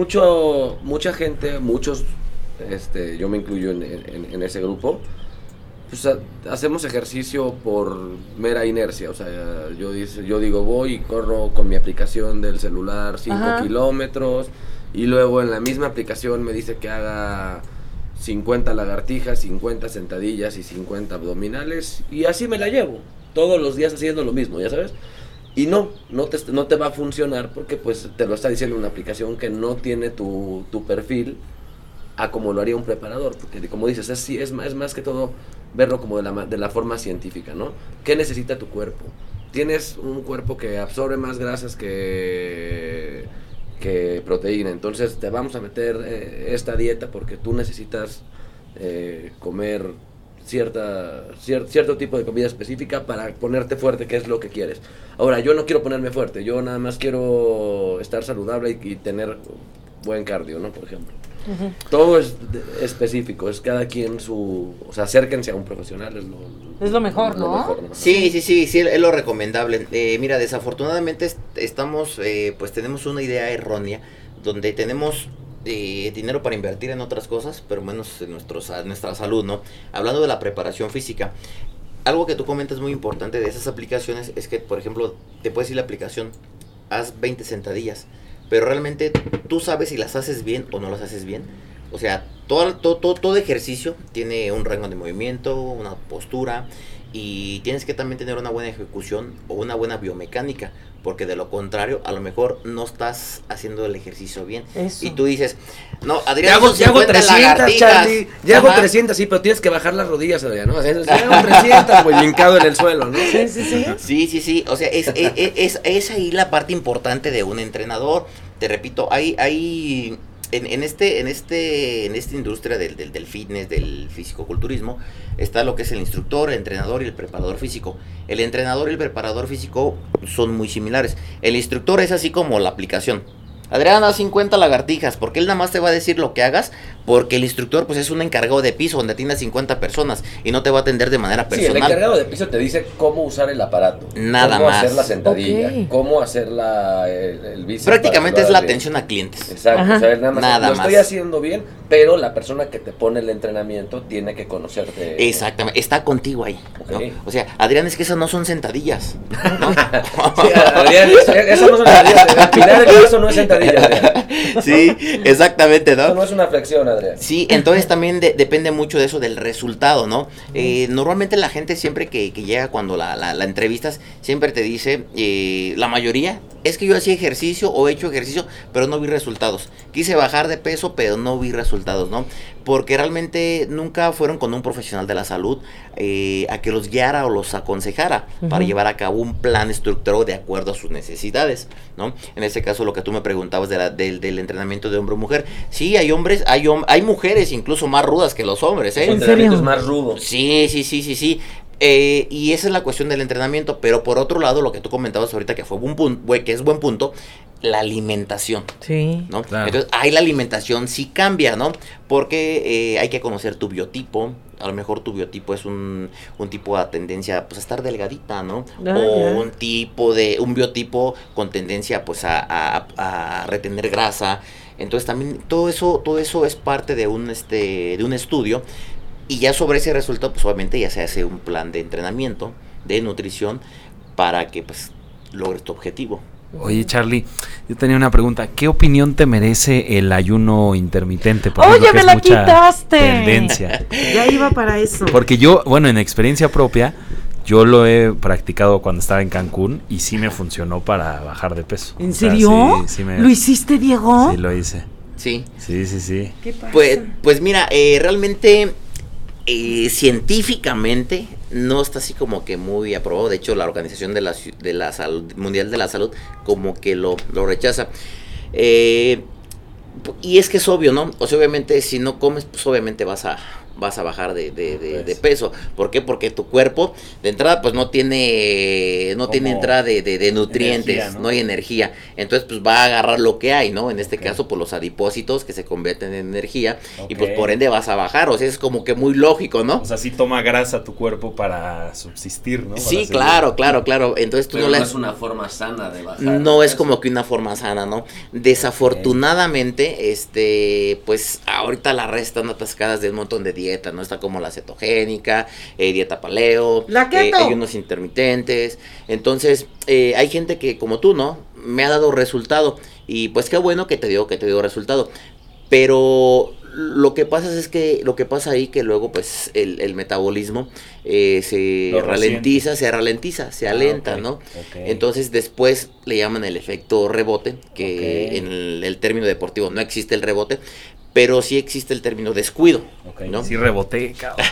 mucho mucha gente, muchos, este, yo me incluyo en, en, en ese grupo, pues a, hacemos ejercicio por mera inercia, o sea, yo, dice, yo digo voy y corro con mi aplicación del celular cinco kilómetros, y luego en la misma aplicación me dice que haga cincuenta lagartijas, cincuenta sentadillas y cincuenta abdominales, y así me la llevo, todos los días haciendo lo mismo, ya sabes. Y no, no te, no te va a funcionar porque pues te lo está diciendo una aplicación que no tiene tu, tu perfil a como lo haría un preparador. Porque como dices, es, es, más, es más que todo verlo como de la, de la forma científica, ¿no? ¿Qué necesita tu cuerpo? Tienes un cuerpo que absorbe más grasas que, que proteína. Entonces te vamos a meter eh, esta dieta porque tú necesitas eh, comer... Cierta, cier, cierto tipo de comida específica para ponerte fuerte, que es lo que quieres. Ahora, yo no quiero ponerme fuerte, yo nada más quiero estar saludable y, y tener buen cardio, ¿no? Por ejemplo. Uh-huh. Todo es de, específico, es cada quien su... O sea, acérquense a un profesional, es lo, es lo mejor, lo, ¿no? Lo mejor, ¿no? Sí, sí, sí, sí, es lo recomendable. Eh, mira, desafortunadamente est- estamos, eh, pues tenemos una idea errónea, donde tenemos... Eh, dinero para invertir en otras cosas, pero menos en nuestro, nuestra salud, ¿no? Hablando de la preparación física, algo que tú comentas muy importante de esas aplicaciones es que, por ejemplo, te puedes decir la aplicación, haz veinte sentadillas, pero realmente tú sabes si las haces bien o no las haces bien. O sea, todo, todo, todo, todo ejercicio tiene un rango de movimiento, una postura, y tienes que también tener una buena ejecución o una buena biomecánica, porque de lo contrario, a lo mejor no estás haciendo el ejercicio bien. Eso. Y tú dices, no, Adrián, ya hago, ya hago trescientas, Charlie, ya hago trescientas, sí, pero tienes que bajar las rodillas, Adrián, ¿no? O sea, ya hago trescientas, pues hincado en el suelo, ¿no? Sí, sí, sí. Sí, sí, sí, o sea, es, es, es, es ahí la parte importante de un entrenador. Te repito, hay... hay En, en este en este en esta industria del, del, del fitness, del fisicoculturismo, está lo que es el instructor, el entrenador y el preparador físico. El entrenador y el preparador físico son muy similares. El instructor es así como la aplicación. Adrián, haz cincuenta lagartijas, porque él nada más te va a decir lo que hagas, porque el instructor pues es un encargado de piso donde atiende a cincuenta personas y no te va a atender de manera personal. Sí, el encargado de piso te dice cómo usar el aparato, nada cómo más. hacer la sentadilla, Okay. cómo hacer la, el, el bíceps. Prácticamente es la bien. atención a clientes. Exacto, Ajá. o sea, nada más Nada lo más. estoy haciendo bien, pero la persona que te pone el entrenamiento tiene que conocerte. Exactamente, está contigo ahí, ¿no? Ok. O sea, Adrián, es que esas no son sentadillas, ¿no? Sí, Adrián, esa, esa no es una sentadilla. Empinar el brazo no es sentadilla, Adrián. Sí, exactamente, Eso ¿no? no es una flexión, Adrián. Sí, entonces también de- depende mucho de eso, del resultado, ¿no? Eh, normalmente la gente siempre que, que llega cuando la, la, la entrevistas, siempre te dice, eh, la mayoría, es que yo hacía ejercicio o he hecho ejercicio, pero no vi resultados. Quise bajar de peso, pero no vi resultados, ¿no? Porque realmente nunca fueron con un profesional de la salud eh, a que los guiara o los aconsejara para Ujú. llevar a cabo un plan estructurado de acuerdo a sus necesidades, ¿no? En este caso, lo que tú me preguntabas de la, del, del entrenamiento de hombre o mujer, sí, hay hombres, hay, hom- hay mujeres incluso más rudas que los hombres, ¿eh? El ¿En entrenamiento serio? es más rudo. Sí, sí, sí, sí, sí. Eh, y esa es la cuestión del entrenamiento, pero por otro lado, lo que tú comentabas ahorita que fue un punto, que es buen punto, la alimentación, Sí. ¿no? Claro. Entonces, ahí la alimentación sí cambia, ¿no? Porque eh, hay que conocer tu biotipo. A lo mejor tu biotipo es un, un tipo de tendencia pues a estar delgadita, ¿no? Ah, o ya. un tipo de, un biotipo con tendencia pues a, a, a retener grasa. Entonces también todo eso, todo eso es parte de un este, de un estudio. Y ya sobre ese resultado, pues obviamente ya se hace un plan de entrenamiento, de nutrición, para que pues logres tu objetivo. Oye, Charlie, yo tenía una pregunta. ¿Qué opinión te merece el ayuno intermitente? Por Oye, ejemplo, que me es la mucha quitaste. tendencia. Ya iba para eso. Porque yo, bueno, en experiencia propia, yo lo he practicado cuando estaba en Cancún y sí me funcionó para bajar de peso. ¿En O sea, serio? sí, sí me- ¿Lo hiciste, Diego? Sí, lo hice. Sí. Sí, sí, sí. ¿Qué pasa? Pues, pues mira, eh, realmente eh, científicamente no está así como que muy aprobado. De hecho, la Organización de la, Ciu- de la Salud, Mundial de la Salud como que lo, lo rechaza. Eh, p- y es que es obvio, ¿no? O sea, obviamente si no comes, pues obviamente vas a vas a bajar de, de, de, de peso. ¿Por qué? Porque tu cuerpo de entrada pues no tiene no tiene Como entrada de, de, de nutrientes, energía, ¿no? ¿no? hay energía. Entonces pues va a agarrar lo que hay, ¿no? En este Ok. caso pues los adipósitos que se convierten en energía y Ok. pues por ende vas a bajar. O sea, es como que muy lógico, ¿no? O sea, sí toma grasa tu cuerpo para subsistir, ¿no? Para Sí, seguir. claro, claro, claro. Entonces tú Pero no no le es una forma sana de bajar. no de es peso. como que una forma sana, ¿no? Desafortunadamente, este, pues ahorita las redes están atascadas de un montón de dieta, ¿no? Está como la cetogénica, eh, dieta paleo, La keto. eh, hay unos intermitentes. Entonces, eh, hay gente que como tú, ¿no? Me ha dado resultado y pues qué bueno que te dio, que te dio resultado. Pero lo que pasa es que lo que pasa ahí que luego pues el, el metabolismo eh, se Lo ralentiza, se ralentiza, se Ah, alenta, ok, ¿no? ok. Entonces después le llaman el efecto rebote, que Ok. en el, el término deportivo no existe el rebote, pero sí existe el término descuido, Ok, ¿no? sí reboté, cabrón.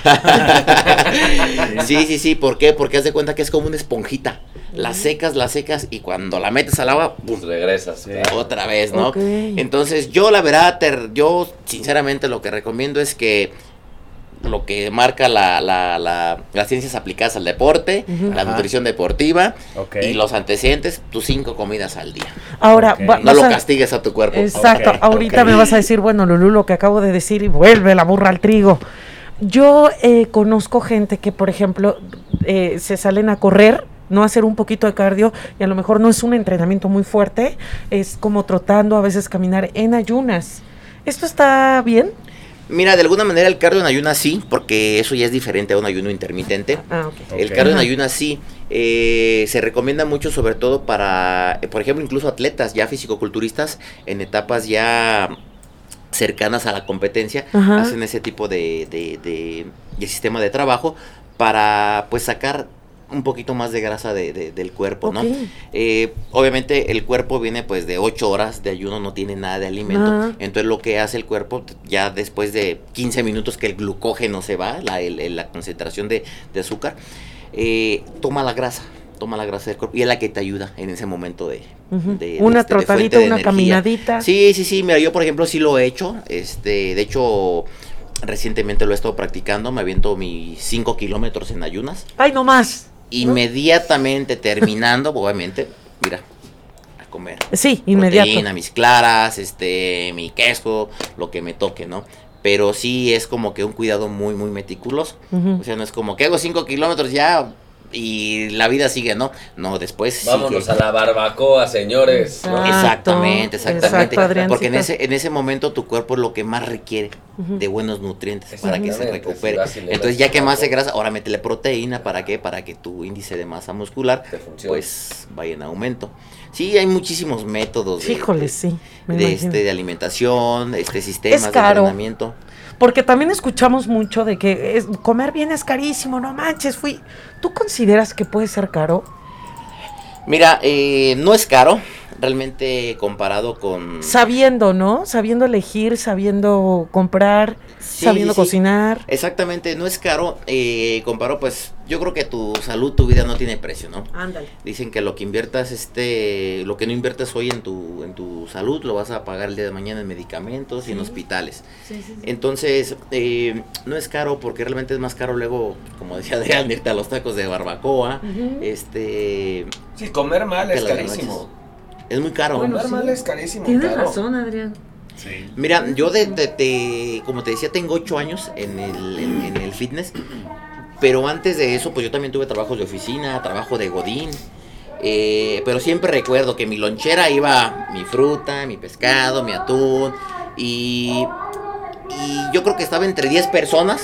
Sí, sí, sí, ¿por qué? Porque haz de cuenta que es como una esponjita. La secas, la secas y cuando la metes al agua, ¡pum! Pues regresas. Sí. claro. Otra vez, ¿no? Ok. Entonces yo la verdad, ter- yo sinceramente lo que recomiendo es que lo que marca la, la, la- las ciencias aplicadas al deporte, Ujú. la Ajá. nutrición deportiva Ok. y los antecedentes, tus cinco comidas al día. Ahora, Ok. va- No vas lo a- castigues a tu cuerpo. Exacto, Ok, ahorita ok. me vas a decir, bueno, Lulú, lo que acabo de decir y vuelve la burra al trigo. Yo eh, conozco gente que, por ejemplo, eh, se salen a correr, no a hacer un poquito de cardio y a lo mejor no es un entrenamiento muy fuerte, es como trotando, a veces caminar en ayunas. ¿Esto está bien? Mira, de alguna manera el cardio en ayunas sí, porque eso ya es diferente a un ayuno intermitente. Ah, ok. El Ok. cardio en Ajá. ayunas sí, eh, se recomienda mucho sobre todo para, eh, por ejemplo, incluso atletas ya fisicoculturistas en etapas ya cercanas a la competencia, Ajá. hacen ese tipo de, de, de- de sistema de trabajo para pues sacar un poquito más de grasa de, de- del cuerpo, ¿no? Ok. Eh, obviamente el cuerpo viene pues de ocho horas de ayuno, no tiene nada de alimento, Ah. entonces lo que hace el cuerpo ya después de quince minutos que el glucógeno se va, la, el- el- la concentración de, de azúcar, eh, toma la grasa, toma la grasa del cuerpo y es la que te ayuda en ese momento de... Ujú. de- de Una este, de fuente trotadita, de una energía. caminadita. Sí, sí, sí, mira, yo por ejemplo sí lo he hecho, este, de hecho recientemente lo he estado practicando, me aviento mis cinco kilómetros en ayunas. Ay, no más. Inmediatamente terminando, obviamente, mira, comer. Sí, inmediato. Proteína, mis claras, este, mi queso, lo que me toque, ¿no? Pero sí es como que un cuidado muy, muy meticuloso. Uh-huh. O sea, no es como que hago cinco kilómetros ya y la vida sigue, ¿no? No, después vámonos sigue. a la barbacoa, señores. Exacto, ¿no? Exactamente, exactamente. Exacto, porque en ese, en ese momento tu cuerpo es lo que más requiere uh-huh. de buenos nutrientes para que se recupere. Si Entonces ya quemaste grasa, ahora métele proteína, ¿para qué? Para que tu índice de masa muscular pues vaya en aumento. Sí, hay muchísimos métodos de, Híjole, de, sí, de, este, de alimentación, este sistemas es caro, de entrenamiento. Porque también escuchamos mucho de que es, comer bien es carísimo, no manches, fui. ¿Tú consideras que puede ser caro? Mira, eh, no es caro, realmente comparado con... Sabiendo, ¿no? Sabiendo elegir, sabiendo comprar, sí, sabiendo sí, cocinar. Sí. Exactamente, no es caro, eh, comparo pues, yo creo que tu salud, tu vida no tiene precio, ¿no? Ándale. Dicen que lo que inviertas, este, lo que no inviertes hoy en tu, en tu salud, lo vas a pagar el día de mañana en medicamentos sí. y en hospitales. Sí, sí, sí. Entonces, eh, no es caro porque realmente es más caro luego, como decía Adrián, irte a los tacos de barbacoa, uh-huh. este... Sí, comer mal es carísimo. Es muy caro. Bueno, comer sí. mal es carísimo. Tienes claro. razón, Adrián. Sí. Mira, yo de, de, de, como te decía, tengo ocho años en el, en, en el fitness, pero antes de eso, pues yo también tuve trabajos de oficina, trabajo de godín, eh, pero siempre recuerdo que mi lonchera iba mi fruta, mi pescado, mi atún, y, y yo creo que estaba entre diez personas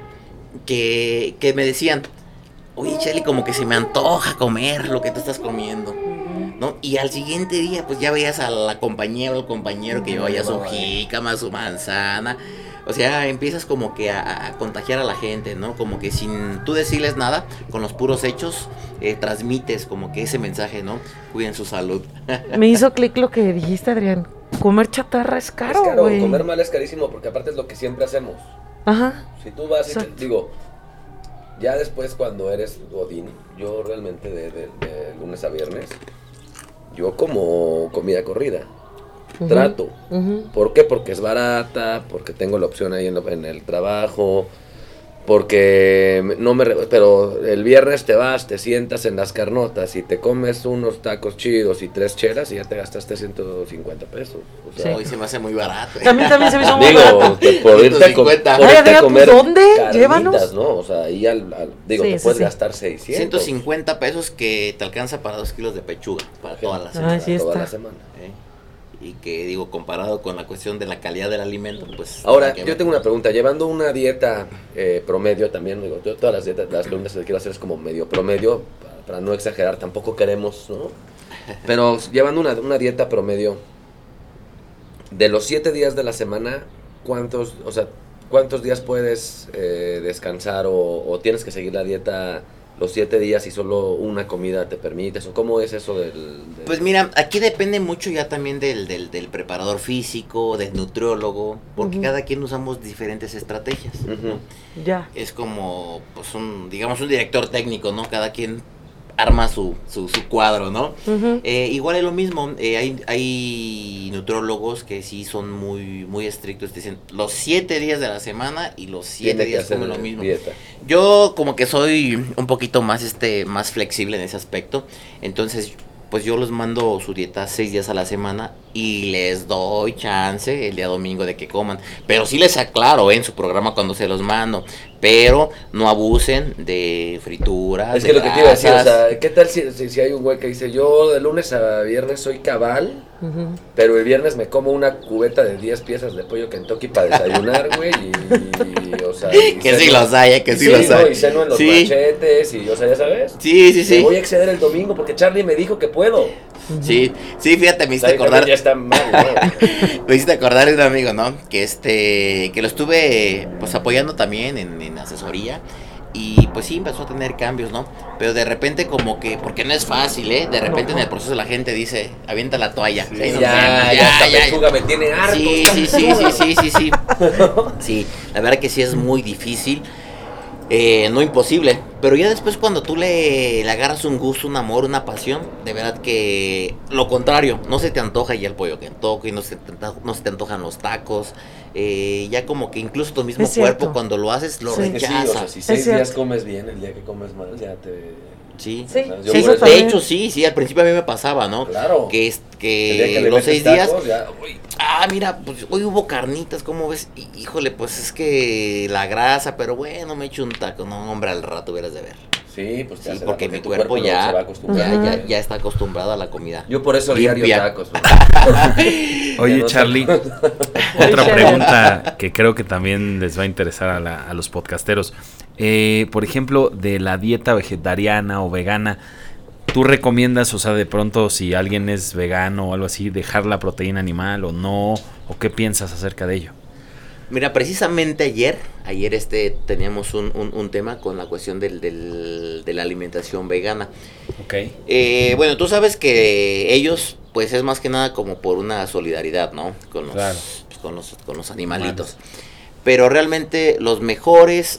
que, que me decían, oye, Chely, como que se me antoja comer lo que tú estás comiendo, ¿no? Y al siguiente día, pues ya veías a la compañera o el compañero que llevaba ya su jícama, su manzana. O sea, empiezas como que a, a contagiar a la gente, ¿no? Como que sin tú decirles nada, con los puros hechos, eh, transmites como que ese mensaje, ¿no? Cuiden su salud. Me hizo clic lo que dijiste, Adrián. Comer chatarra es caro, güey. Es caro, comer mal es carísimo porque aparte es lo que siempre hacemos. Ajá. Si tú vas y te, digo, ya después cuando eres godín, yo realmente de, de, de lunes a viernes, yo como comida corrida. Uh-huh. Trato. Uh-huh. ¿Por qué? Porque es barata, porque tengo la opción ahí en, lo, en el trabajo, porque no me... Pero el viernes te vas, te sientas en las carnotas y te comes unos tacos chidos y tres chelas y ya te gastaste ciento cincuenta pesos. O sea, sí. Hoy se me hace muy barato. A mí también se me hizo muy digo, barato. Que por irte a, com- por Ay, irte a comer ¿dónde? Llévanos. ¿no? O sea, ahí al, al, digo, sí, te sí, puedes sí. gastar seiscientos. ciento cincuenta pesos que te alcanza para dos kilos de pechuga para toda la semana. Ah, sí toda está. la semana. ¿Eh? Y que digo, comparado con la cuestión de la calidad del alimento, pues... Ahora, yo tengo una pregunta, llevando una dieta eh, promedio también, digo, yo todas las dietas, las preguntas que quiero hacer es como medio promedio, para, para no exagerar, tampoco queremos, ¿no? Pero llevando una, una dieta promedio, de los siete días de la semana, ¿cuántos, o sea, cuántos días puedes eh, descansar o, o tienes que seguir la dieta los siete días y solo una comida te permites? ¿O cómo es eso del...? del... Pues mira, aquí depende mucho ya también del, del, del preparador físico, del nutriólogo, porque uh-huh. cada quien usamos diferentes estrategias, uh-huh. ¿no? Ya. Es como, pues un, digamos, un director técnico, ¿no? Cada quien arma su, su, su cuadro, ¿no? Uh-huh. Eh, igual es lo mismo, eh, hay, hay nutriólogos que sí son muy, muy estrictos, dicen los siete días de la semana y los siete días comen lo mismo. Dieta. Yo como que soy un poquito más, este, más flexible en ese aspecto, entonces pues yo los mando su dieta seis días a la semana y les doy chance el día domingo de que coman, pero sí les aclaro ¿eh? en su programa cuando se los mando, pero no abusen de frituras. Es que lo que te iba a decir, o sea, ¿qué tal si, si, si hay un güey que dice, yo de lunes a viernes soy cabal, uh-huh. pero el viernes me como una cubeta de diez piezas de pollo Kentucky para desayunar, güey, y, y, o sea... Y que sí los hay, que sí, sí los no, hay. Y ceno en los sí. machetes, y, o sea, ya sabes. Sí, sí, sí. Me voy a exceder el domingo porque Charlie me dijo que puedo. Uh-huh. Sí, sí, fíjate, me hiciste o sea, acordar... Ya está mal, ¿no? Me hiciste acordar de un amigo, ¿no? Que este, que lo estuve, pues, apoyando también en, en asesoría. Y pues sí, empezó a tener cambios, ¿no? Pero de repente como que, porque no es fácil, ¿eh? De repente en el proceso la gente dice, avienta la toalla. Sí, ¿sí? ya, ya, ya, ya, pechuga me tiene harto. Sí, sí, sí, sí, sí, sí, sí. Sí, la verdad que sí es muy difícil. Eh, no imposible, pero ya después cuando tú le, le agarras un gusto, un amor, una pasión, de verdad que lo contrario, no se te antoja ya el pollo Kentucky, no se te, no se te antojan los tacos, eh, ya como que incluso tu mismo cuerpo cuando lo haces lo sí. rechazas. Sí, o sea, si seis días comes bien, el día que comes mal ya te... Sí, Sí, Yo sí, por eso eso- de también. hecho sí, sí, al principio a mí me pasaba, ¿no? Claro. Que es El día que que le los metes seis días, tacos, ya, uy, ah, mira, pues hoy hubo carnitas, ¿cómo ves? Y, híjole, pues es que la grasa, pero bueno, me echo un taco, no, hombre, al rato hubieras de ver. sí, pues te Sí, hace porque la- mi tu cuerpo, lo- ya, se va ya, acostumbrando. ya, ya está acostumbrado a la comida. Yo por eso Limpia. diario tacos. güey. Oye, Ya no Charlie, sé. otra pregunta que creo que también les va a interesar a, la- a los podcasteros. Eh, por ejemplo, de la dieta vegetariana o vegana, ¿tú recomiendas, o sea, de pronto si alguien es vegano o algo así, dejar la proteína animal o no? ¿O qué piensas acerca de ello? Mira, precisamente ayer, ayer este teníamos un, un, un tema con la cuestión del, del, de la alimentación vegana. Ok. Eh, bueno, tú sabes que ellos, pues es más que nada como por una solidaridad, ¿no? Con los, Claro. pues, con los, con los animalitos. Pero realmente los mejores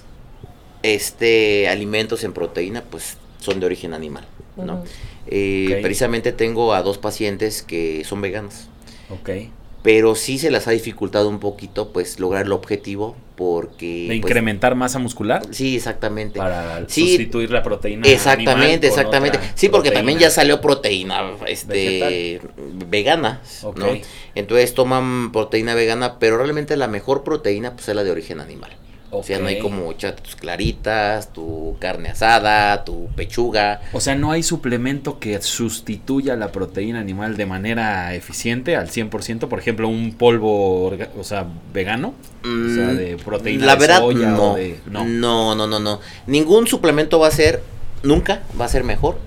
este, alimentos en proteína, pues son de origen animal, ¿no? Ujú. Eh, Ok. Precisamente tengo a dos pacientes que son veganos. Ok. Pero sí se las ha dificultado un poquito, pues, lograr el objetivo porque... ¿De pues, incrementar masa muscular? sí, exactamente. Para Sí, sustituir la proteína Exactamente, animal con exactamente. otra Sí, porque proteína. también ya salió proteína este vegana, Ok. ¿no? Entonces toman proteína vegana, pero realmente la mejor proteína pues es la de origen animal. O sea, no hay Ok. como echarte tus claritas, tu carne asada, tu pechuga. O sea, no hay suplemento que sustituya la proteína animal de manera eficiente al cien por ciento. Por ejemplo, un polvo, orga- o sea, vegano. O sea, de proteína La de verdad, soya no. o de... No. no, no, no, no. Ningún suplemento va a ser, nunca va a ser mejor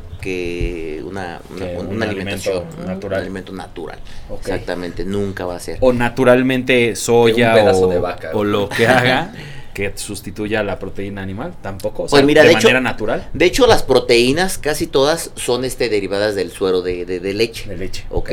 que una, una, Que una un alimentación alimento natural. Un alimento natural. Ok. Exactamente, nunca va a ser. O naturalmente soya Que un pedazo o, de vaca, o güey. lo que haga que sustituya la proteína animal. Tampoco. O sea, Pues mira, de, de hecho- manera natural. De hecho, las proteínas casi todas son este derivadas del suero de, de, de leche. De leche. ¿Ok?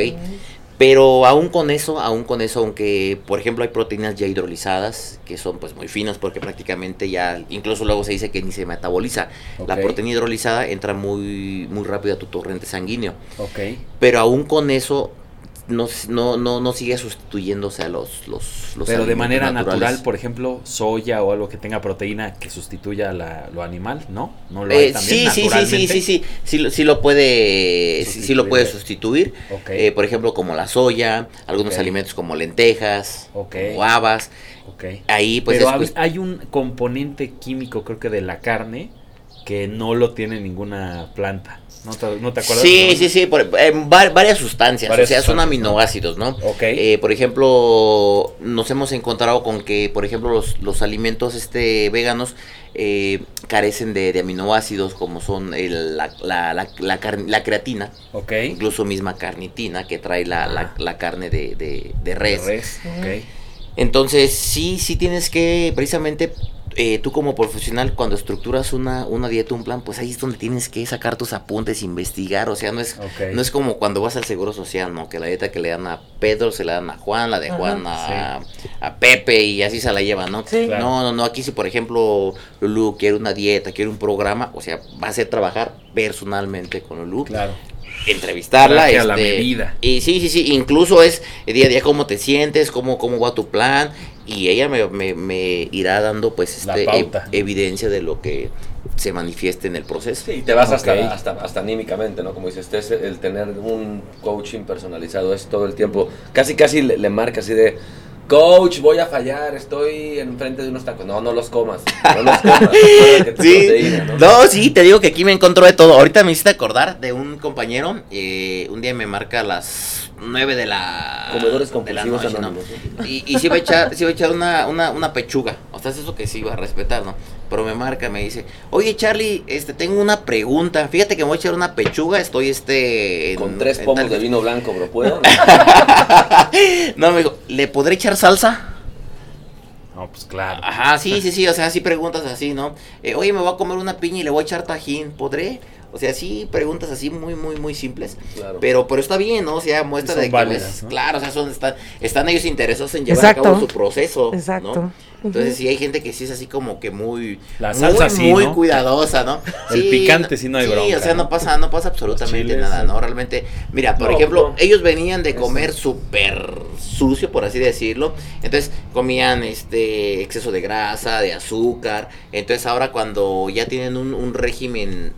Pero aún con eso, aún con eso, aunque por ejemplo hay proteínas ya hidrolizadas, que son pues muy finas porque prácticamente ya, incluso luego se dice que ni se metaboliza. La Ok. proteína hidrolizada entra muy, muy rápido a tu torrente sanguíneo. Ok. Pero aún con eso no, no, no, no sigue sustituyéndose a los, los, los Pero de alimentos manera naturales. natural, por ejemplo, soya o algo que tenga proteína que sustituya la, lo animal, ¿no? No lo hay Eh, también sí, sí, sí, sí, naturalmente. sí, sí, sí, lo- sí lo puede, sí, sí lo puede sustituir. Ok. Eh, por ejemplo, como la soya, algunos Ok. alimentos como lentejas, Ok. como habas. Ok. Ahí pues Pero es hab- cuest- hay un componente químico, creo que de la carne, que no lo tiene ninguna planta. ¿No te, no te acuerdas? Sí, ¿No? sí, sí, por, eh, va- varias sustancias, Varias o sea, son sustancias, aminoácidos, ¿no? Ok. Eh, por ejemplo, nos hemos encontrado con que, por ejemplo, los, los alimentos este veganos eh, carecen de, de aminoácidos como son el- la, la, la, la, carne- la creatina, Ok. incluso misma carnitina que trae la, la, la carne de, de, de res. Res, ok. Entonces, sí, sí tienes que, precisamente, eh, tú como profesional, cuando estructuras una, una dieta, un plan, pues ahí es donde tienes que sacar tus apuntes, investigar, o sea, no es, Ok. no es como cuando vas al Seguro Social, ¿no? Que la dieta que le dan a Pedro se la dan a Juan, la de Ajá, Juan a, a Pepe y así se la llevan, ¿no? Sí. Claro. No, no, no, aquí si por ejemplo Lulu quiere una dieta, quiere un programa, o sea, va a ser trabajar personalmente con Lulu, Claro. entrevistarla, Traje a la este, medida. y sí, sí, sí, incluso es día a día cómo te sientes, cómo, cómo va tu plan, y ella me, me, me irá dando pues La este pauta. e- evidencia de lo que se manifieste en el proceso. Sí, y te vas Ok. hasta, hasta, hasta anímicamente, ¿no? Como dices, este es el tener un coaching personalizado es todo el tiempo. Casi, casi le, le marca así de, coach, voy a fallar, estoy enfrente de unos tacos. No, no los comas, no los comas. Acuérdate que tu Sí, proteína, ¿no? no, sí, te digo que aquí me encontró de todo. Ahorita me hiciste acordar de un compañero, eh, un día me marca a las nueve de la Comedores de la compulsivos noche, ¿no? anónimos, ¿no? Y, y sí iba a echar, sí iba a echar una, una, una pechuga. O sea, es eso que sí iba a respetar, ¿no? Pero me marca, me dice, oye Charlie, este, tengo una pregunta. Fíjate que me voy a echar una pechuga, estoy este en- Con tres en pomos tal- de vino blanco, bro, ¿puedo? No, me dijo, ¿le podré echar salsa? No, pues claro. Ajá, sí, sí, sí, o sea, sí preguntas así, ¿no? Eh, oye, me voy a comer una piña y le voy a echar tajín, ¿podré? O sea, sí, preguntas así muy, muy, muy simples. Claro. Pero, pero está bien, ¿no? O sea, muestra Son de que, válidas, pues, ¿no? claro, o sea, son, están, están ellos interesados en llevar Exacto. a cabo su proceso, Exacto. ¿no? Entonces, Ujú. sí hay gente que sí es así como que muy, La muy, salsa sí, muy ¿no? cuidadosa, ¿no? El Sí, picante sí no hay sí, bronca, o sea, no ¿no? pasa, no pasa absolutamente chiles, nada, sí. ¿no? Realmente, mira, por No, ejemplo, no. ellos venían de Eso. comer súper sucio, por así decirlo. Entonces, comían este exceso de grasa, de azúcar. Entonces, ahora cuando ya tienen un, un régimen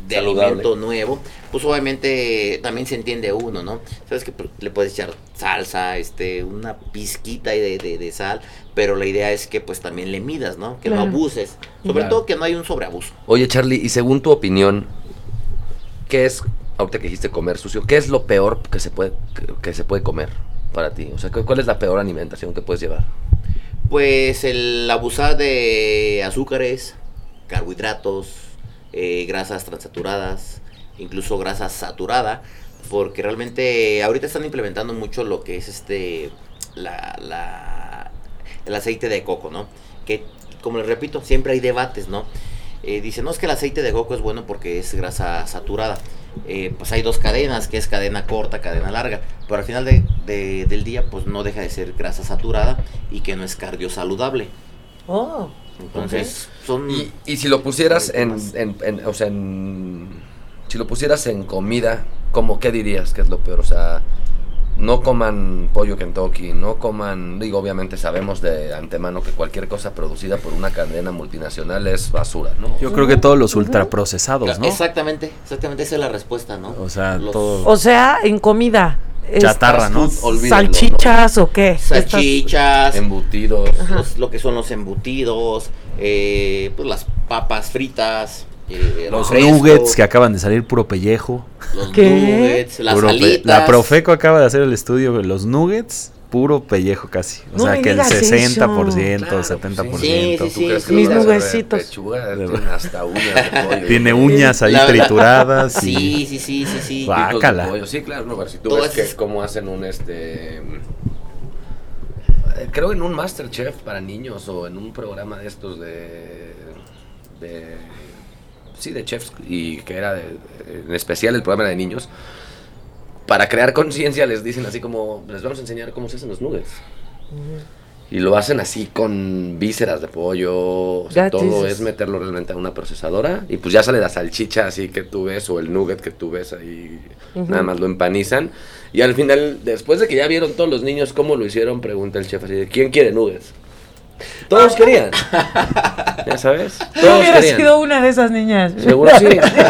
de saludable. alimento nuevo, pues obviamente también se entiende uno, ¿no? Sabes que le puedes echar salsa, este, una pizquita de, de, de sal, pero la idea es que pues también le midas, ¿no? Que Claro. no abuses, sobre Claro. todo que no hay un sobreabuso. Oye, Charlie, y según tu opinión, ¿qué es, ahorita que dijiste comer sucio, qué es lo peor que se puede, que, que se puede comer para ti? O sea, ¿cuál es la peor alimentación que puedes llevar? Pues el abusar de azúcares, carbohidratos, eh, grasas transaturadas, incluso grasa saturada, porque realmente ahorita están implementando mucho lo que es este la, la el aceite de coco, ¿no? Que, como les repito, siempre hay debates, ¿no? Eh, dicen, no, es que el aceite de coco es bueno porque es grasa saturada. Eh, pues hay dos cadenas, que es cadena corta, cadena larga, pero al final de, de, del día pues no deja de ser grasa saturada y que no es cardiosaludable. Oh. Entonces, son... Y, y si lo pusieras en, Más. en, en- o sea, en, si lo pusieras en comida, ¿cómo qué dirías que es lo peor? O sea, no coman pollo Kentucky, no coman, digo, obviamente sabemos de antemano que cualquier cosa producida por una cadena multinacional es basura, ¿no? Yo creo que todos los ultraprocesados, ¿no? Exactamente, exactamente esa es la respuesta, ¿no? O sea, Los todo- O sea, en comida. Chatarra, ¿no? Fast food, olvídenlo, ¿Salchichas o qué? salchichas, Embutidos. Ajá. los- lo que son los embutidos, eh, pues las papas fritas, eh, Los refresco, nuggets que acaban de salir puro pellejo. los ¿Qué? nuggets, las Puro pe- alitas. La Profeco acaba de hacer el estudio de los nuggets, puro pellejo casi. O No sea me que el digas sesenta por eso. ciento, Claro, setenta por sí. ciento. Sí, sí, ¿Tú crees que Mis no vas a ver nuggecitos. pechuga? Tienen hasta uñas de pollo. Tiene uñas ahí La verdad- trituradas. y- Sí, sí, sí, sí, sí. Va. Picos de Guácala. pollo. Sí, claro, no, pero si tú Todo ves que es- cómo hacen un este eh, creo en un MasterChef para niños o en un programa de estos de de sí, de chefs y que era de, en especial el programa era de niños. Para crear conciencia les dicen así como les vamos a enseñar cómo se hacen los nuggets. Y lo hacen así con vísceras de pollo, o sea, That todo is- es meterlo realmente a una procesadora y pues ya sale la salchicha así que tú ves o el nugget que tú ves ahí, Ujú. nada más lo empanizan y al final, después de que ya vieron todos los niños cómo lo hicieron, pregunta el chef así de ¿quién quiere nuggets? Todos querían, ya sabes, Yo todos hubiera querían. sido una de esas niñas. Seguro sí.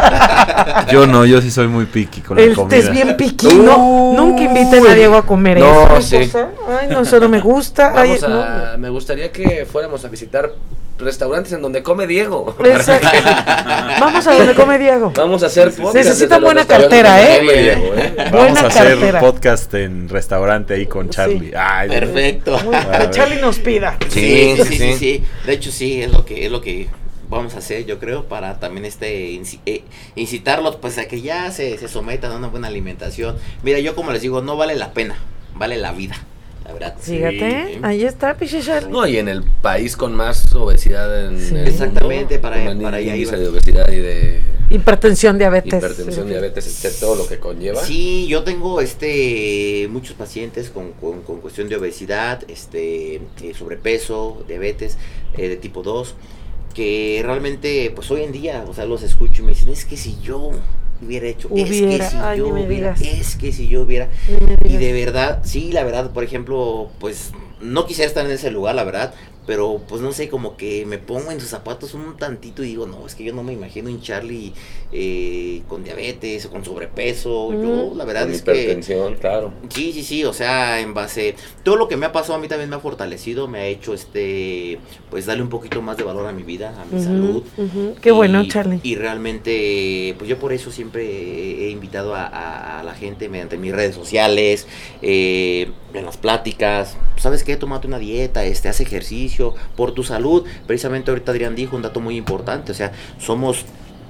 Yo no, yo sí soy muy picky con la Este comida. es bien piqui. No, nunca inviten a Diego a comer No, eso. sí. cosa. Ay, no, eso no me gusta. Ay, Vamos a, no. me gustaría que fuéramos a visitar restaurantes en donde come Diego. Exacto. Vamos a donde come Diego. Vamos a hacer podcast Necesitan desde los buena restaurantes cartera, donde ¿eh? come Diego, ¿eh? Vamos Buena a hacer cartera. podcast en restaurante ahí con Charlie. Sí. Ay, Perfecto. Muy- que Charlie nos pida. Sí, sí, sí, sí. sí. De hecho, sí, es lo que es lo que vamos a hacer, yo creo, para también este inci- eh, incitarlos pues a que ya se, se sometan a una buena alimentación. Mira, yo como les digo, no vale la pena, vale la vida, la verdad. Fíjate, ahí está, piche Charlie. No, y en el país con más obesidad en Sí. el Exactamente, mundo, para- con más para allá índice iba. de obesidad y de Hipertensión, diabetes. hipertensión, diabetes, etcétera, todo lo que conlleva. Sí, yo tengo este muchos pacientes con, con, con cuestión de obesidad, este eh, sobrepeso, diabetes eh, de tipo dos, que realmente pues hoy en día, o sea, los escucho y me dicen, es que si yo hubiera hecho, Hubiera, es que si ay, yo ni me hubiera, digas. es que si yo hubiera, Ni me y digas. de verdad, sí, la verdad, por ejemplo, pues no quisiera estar en ese lugar, la verdad, pero pues no sé, como que me pongo en sus zapatos un tantito y digo, no, es que yo no me imagino un Charlie eh, con diabetes o con sobrepeso, yo Mm. la verdad Con es que... hipertensión, claro. Sí, sí, sí, o sea, en base, todo lo que me ha pasado a mí también me ha fortalecido, me ha hecho este, pues darle un poquito más de valor a mi vida, a mi Ujú, salud. ujú. Qué bueno, Y- Charlie. Y realmente, pues yo por eso siempre he, he invitado a, a- a la gente mediante mis redes sociales, eh, en las pláticas, ¿sabes qué? Tómate una dieta, este, haz ejercicio por tu salud. Precisamente ahorita Adrián dijo un dato muy importante, o sea, somos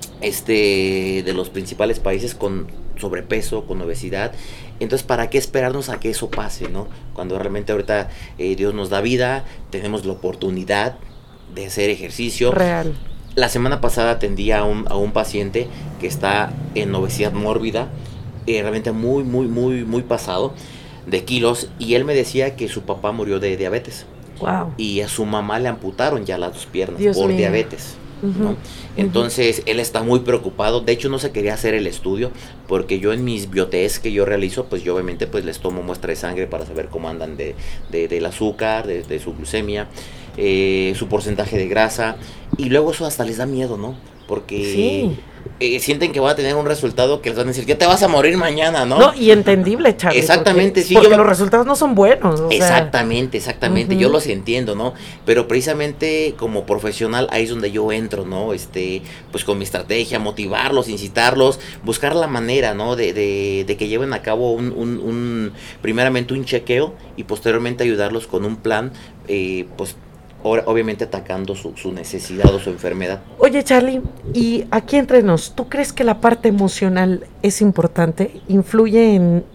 este de los principales países con sobrepeso, con obesidad. Entonces, ¿para qué esperarnos a que eso pase, no? Cuando realmente ahorita eh, Dios nos da vida, tenemos la oportunidad de hacer ejercicio. Real. La semana pasada atendí a un, a un paciente que está en obesidad mórbida, eh, realmente muy, muy, muy, muy pasado de kilos, y él me decía que su papá murió de diabetes Wow. y a su mamá le amputaron ya las dos piernas Dios por mío. diabetes. Ujú, ¿no? Entonces él está muy preocupado, de hecho no se quería hacer el estudio porque yo en mis biotest que yo realizo, pues yo obviamente pues les tomo muestra de sangre para saber cómo andan de, de- del azúcar, de, de su glucemia, eh, su porcentaje de grasa, y luego eso hasta les da miedo, ¿no? porque Sí. eh, sienten que van a tener un resultado que les van a decir, ya te vas a morir mañana, ¿no? No, y entendible, Charlie. Exactamente, porque, sí, Porque yo me- los resultados no son buenos. O sea, Exactamente, exactamente, Ujú. yo los entiendo, ¿no? Pero precisamente como profesional ahí es donde yo entro, ¿no? Este, pues con mi estrategia, motivarlos, incitarlos, buscar la manera, ¿no? De, de, de que lleven a cabo un, un, un, primeramente un chequeo y posteriormente ayudarlos con un plan, eh, pues o- obviamente atacando su, su necesidad o su enfermedad. Oye, Charlie, y aquí entre nos, ¿tú crees que la parte emocional es importante? ¿Influye en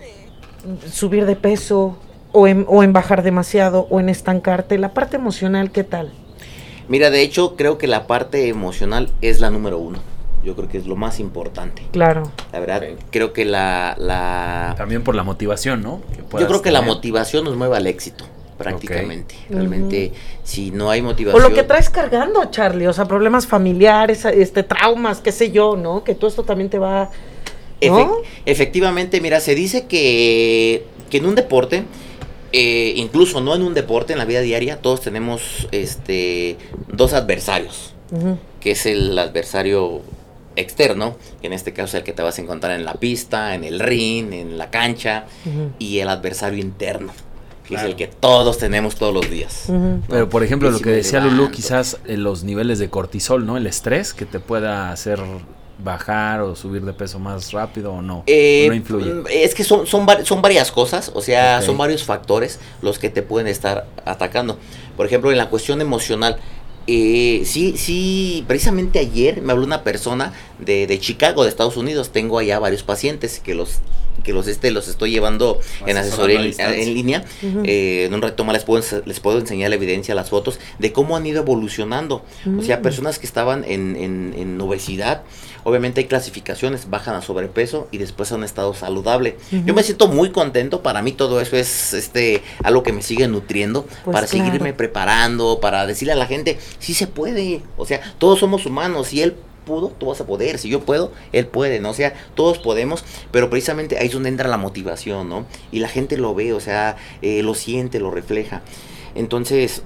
eh, subir de peso o en, o en bajar demasiado o en estancarte? La parte emocional, ¿qué tal? Mira, de hecho creo que la parte emocional es la número uno. Yo creo que es lo más importante. Claro. La verdad, Ok. creo que la... la También por la motivación, ¿no? Que yo puedas creo que la tener. motivación nos mueve al éxito, prácticamente. Ok. Realmente, Ujú. si no hay O motivación... lo que traes cargando, Charlie, o sea, problemas familiares, este, traumas, qué sé yo, ¿no? Que todo esto también te va... Efe- ¿no? Efectivamente, mira, se dice que, que en un deporte, eh, incluso no en un deporte, en la vida diaria, todos tenemos este dos adversarios, Ujú. que es el adversario externo, que en este caso es el que te vas a encontrar en la pista, en el ring, en la cancha, Ujú. y el adversario interno, que Claro. es el que todos tenemos todos los días. Ujú. ¿no? Pero por ejemplo, Y lo si que me decía Lulú, levanto. quizás eh, los niveles de cortisol, ¿no? El estrés que te pueda hacer bajar o subir de peso más rápido o no. Eh, ¿O no influye? mm, Es que son, son, vari- son varias cosas, o sea, Ok. son varios factores los que te pueden estar atacando. Por ejemplo, en la cuestión emocional, eh, sí, sí, precisamente ayer me habló una persona de, de Chicago, de Estados Unidos. Tengo allá varios pacientes que los que los este los estoy llevando en Asesorando asesoría a en, distancia. en línea. Ujú. Eh, en un reto más les puedo, ense- les puedo enseñar la evidencia, las fotos de cómo han ido evolucionando. O sea, Mm. personas que estaban en, en, en obesidad, obviamente hay clasificaciones, bajan a sobrepeso y después a un estado saludable. Ujú. Yo me siento muy contento, para mí todo eso es este algo que me sigue nutriendo, Pues para claro. seguirme preparando, para decirle a la gente, sí se puede, o sea, todos somos humanos, si él pudo, tú vas a poder, si yo puedo, él puede, ¿no? O sea, todos podemos, pero precisamente ahí es donde entra la motivación, ¿no? Y la gente lo ve, o sea, eh, lo siente, lo refleja. Entonces,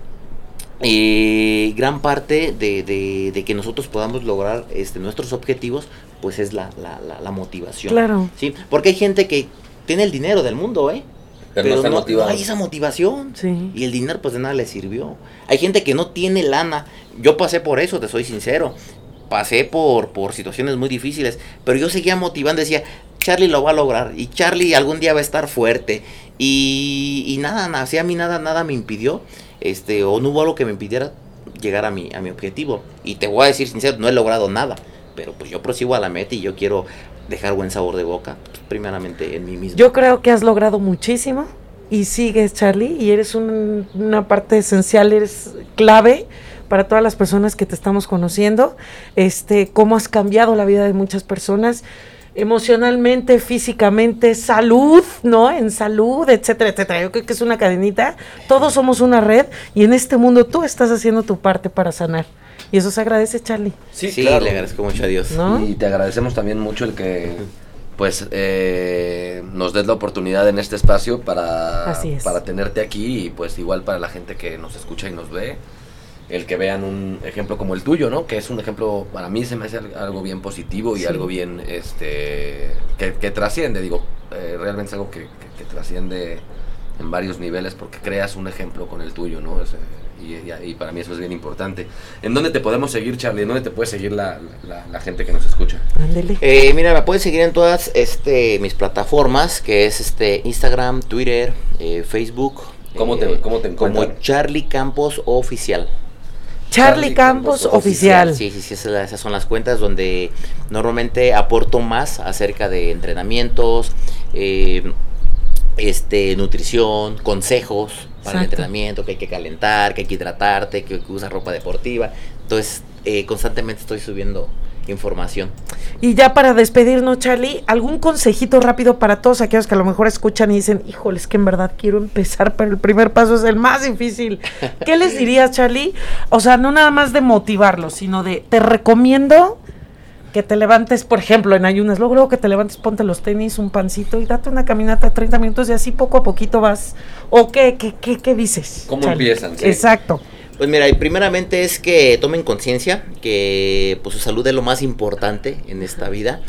eh, gran parte de, de, de que nosotros podamos lograr este, nuestros objetivos, pues es la, la, la, la motivación. Claro. ¿Sí? Porque hay gente que tiene el dinero del mundo, ¿eh? Pero no está no, motivado. no hay esa motivación. Sí. Y el dinero pues de nada le sirvió. Hay gente que no tiene lana. Yo pasé por eso, te soy sincero. Pasé por, por situaciones muy difíciles. Pero yo seguía motivando, decía, Charlie lo va a lograr. Y Charlie algún día va a estar fuerte. Y, y nada, nada, así a mí nada, nada me impidió. Este, o no hubo algo que me impidiera llegar a mi, a mi objetivo. Y te voy a decir sincero, no he logrado nada. Pero pues yo prosigo a la meta y yo quiero dejar buen sabor de boca, pues, primeramente en mí mismo. Yo creo que has logrado muchísimo y sigues, Charlie, y eres un- una parte esencial, eres clave para todas las personas que te estamos conociendo. Este, cómo has cambiado la vida de muchas personas emocionalmente, físicamente, salud, ¿no? En salud, etcétera, etcétera. Yo creo que es una cadenita. Todos somos una red y en este mundo tú estás haciendo tu parte para sanar. Y eso se agradece, Charlie, Sí, Sí, claro. le agradezco mucho a Dios. ¿no? Y te agradecemos también mucho el que pues eh, nos des la oportunidad en este espacio para, Así es. para tenerte aquí y pues igual para la gente que nos escucha y nos ve, el que vean un ejemplo como el tuyo, ¿no? Que es un ejemplo, para mí se me hace al- algo bien positivo y Sí. algo bien, este, que, que trasciende, digo, eh, realmente es algo que, que- que trasciende en varios niveles porque creas un ejemplo con el tuyo, ¿no? Es, eh, y, y- y para mí eso es bien importante. ¿En dónde te podemos seguir, Charlie? ¿En dónde te puede seguir la, la- la gente que nos escucha? Ándele. Eh, mira, me puedes seguir en todas este, mis plataformas, que es este Instagram, Twitter, eh, Facebook. ¿Cómo te- eh, cómo te encuentran? Como Charlie Campos Oficial. Charlie Charlie Campos, Campos oficial. Sí, sí, sí, esas, esas son las cuentas donde normalmente aporto más acerca de entrenamientos, eh, este, nutrición, consejos para el Exacto. entrenamiento, que hay que calentar, que hay que hidratarte, que hay que usar ropa deportiva. Entonces, eh, constantemente estoy subiendo información. Y ya para despedirnos, Charlie, ¿algún consejito rápido para todos aquellos que a lo mejor escuchan y dicen, híjole, es que en verdad quiero empezar, pero el primer paso es el más difícil? ¿Qué les dirías, Charlie? O sea, no nada más de motivarlos, sino de, te recomiendo que te levantes, por ejemplo, en ayunas, luego, luego que te levantes, ponte los tenis, un pancito y date una caminata treinta minutos y así poco a poquito vas. ¿O qué, qué, qué, qué dices? ¿Cómo Charlie? empiezan? Sí. Exacto. Pues mira, primeramente es que tomen conciencia que pues su salud es lo más importante en esta vida.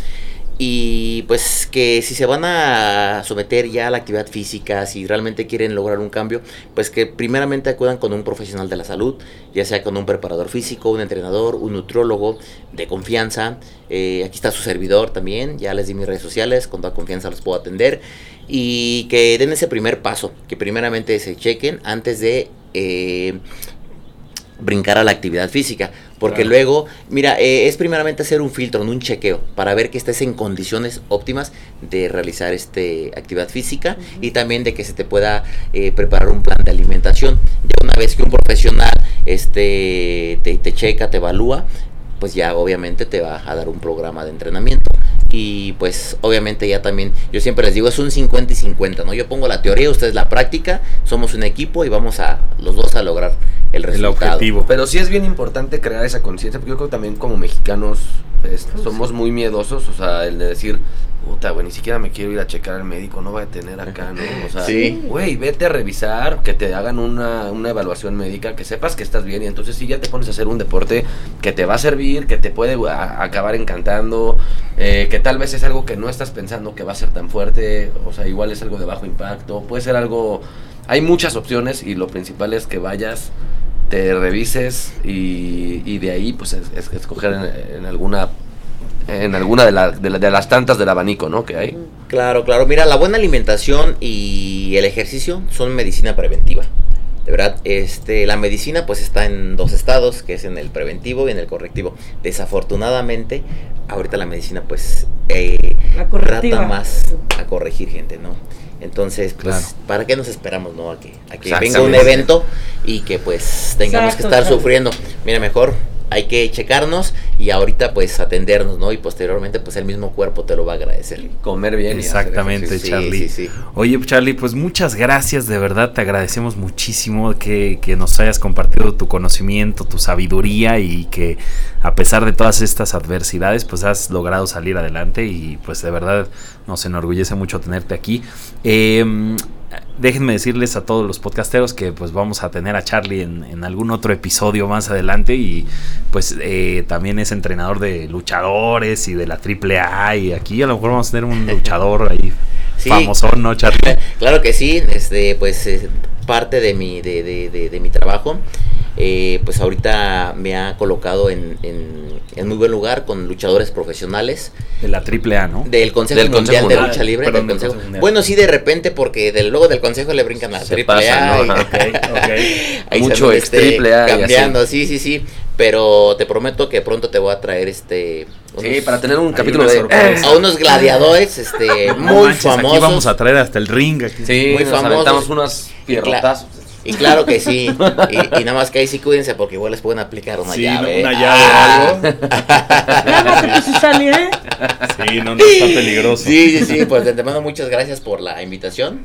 Y pues que si se van a someter ya a la actividad física, si realmente quieren lograr un cambio, pues que primeramente acudan con un profesional de la salud, ya sea con un preparador físico, un entrenador, un nutriólogo de confianza. Eh, aquí está su servidor también, ya les di mis redes sociales, con toda confianza los puedo atender. Y que den ese primer paso, que primeramente se chequen antes de eh, brincar a la actividad física. Porque claro. luego, mira, eh, es primeramente hacer un filtro, un chequeo, para ver que estés en condiciones óptimas de realizar este actividad física uh-huh. y también de que se te pueda eh, preparar un plan de alimentación. Ya una vez que un profesional este, te, te checa, te evalúa, pues ya obviamente te va a dar un programa de entrenamiento. Y pues obviamente ya también, yo siempre les digo, es un cincuenta y cincuenta, ¿no? Yo pongo la teoría, ustedes la práctica, somos un equipo y vamos a los dos a lograr el resultado. El objetivo. Pero sí es bien importante crear esa conciencia, porque yo creo que también como mexicanos pues, somos muy miedosos, o sea, el de decir, puta, güey, ni siquiera me quiero ir a checar al médico, no voy a tener acá, ¿no? O sea, sí. güey, vete a revisar, que te hagan una, una evaluación médica, que sepas que estás bien, y entonces sí ya te pones a hacer un deporte que te va a servir, que te puede a, acabar encantando, eh, que tal vez es algo que no estás pensando que va a ser tan fuerte, o sea, igual es algo de bajo impacto, puede ser algo, hay muchas opciones y lo principal es que vayas, te revises y, y de ahí pues es, es escoger en, en alguna en alguna de, la, de, la, de las tantas del abanico, ¿no? Que hay. Claro, claro. Mira, la buena alimentación y el ejercicio son medicina preventiva. De verdad, este, la medicina pues está en dos estados, que es en el preventivo y en el correctivo. Desafortunadamente, ahorita la medicina pues eh, trata más a corregir gente, ¿no? Entonces, pues, claro. ¿para qué nos esperamos, no? A que, a que venga un evento y que pues tengamos exacto, que estar exacto. sufriendo. Mira, mejor hay que checarnos y ahorita pues atendernos, ¿no? Y posteriormente pues el mismo cuerpo te lo va a agradecer. Comer bien. Exactamente, sí, Charlie. Sí, sí, sí. Oye, Charlie, pues muchas gracias, de verdad te agradecemos muchísimo que, que nos hayas compartido tu conocimiento, tu sabiduría y que a pesar de todas estas adversidades pues has logrado salir adelante y pues de verdad nos enorgullece mucho tenerte aquí. Eh... Déjenme decirles a todos los podcasteros que pues vamos a tener a Charlie en, en algún otro episodio más adelante y pues eh, también es entrenador de luchadores y de la triple A y aquí a lo mejor vamos a tener un luchador ahí sí, famosón, ¿no, Charlie? Claro que sí, este pues eh, parte de mi, de, de, de, de mi trabajo. Eh, pues ahorita me ha colocado en, en, en muy buen lugar con luchadores profesionales de la triple A, ¿no? Del Consejo del Mundial Consejo de Lucha Libre. Perdón, del Consejo. Consejo Bueno, sí, de repente porque del luego del Consejo le brincan a la triple A. ¿no? Y, okay, okay. Ahí mucho ex triple A cambiando, sí, sí, sí. Pero te prometo que pronto te voy a traer este unos, sí, para tener un capítulo de eh, a unos gladiadores este muy no manches, famosos. Aquí vamos a traer hasta el ring aquí. Sí, muy nos famosos. aventamos unos fierrotazos. Y claro que sí, y, y nada más que ahí sí cuídense porque igual les pueden aplicar una sí, llave. Una llave ah. o algo. Nada más que se sale, ¿eh? Sí, no, no está peligroso. Sí, sí, sí, pues de antemano muchas gracias por la invitación.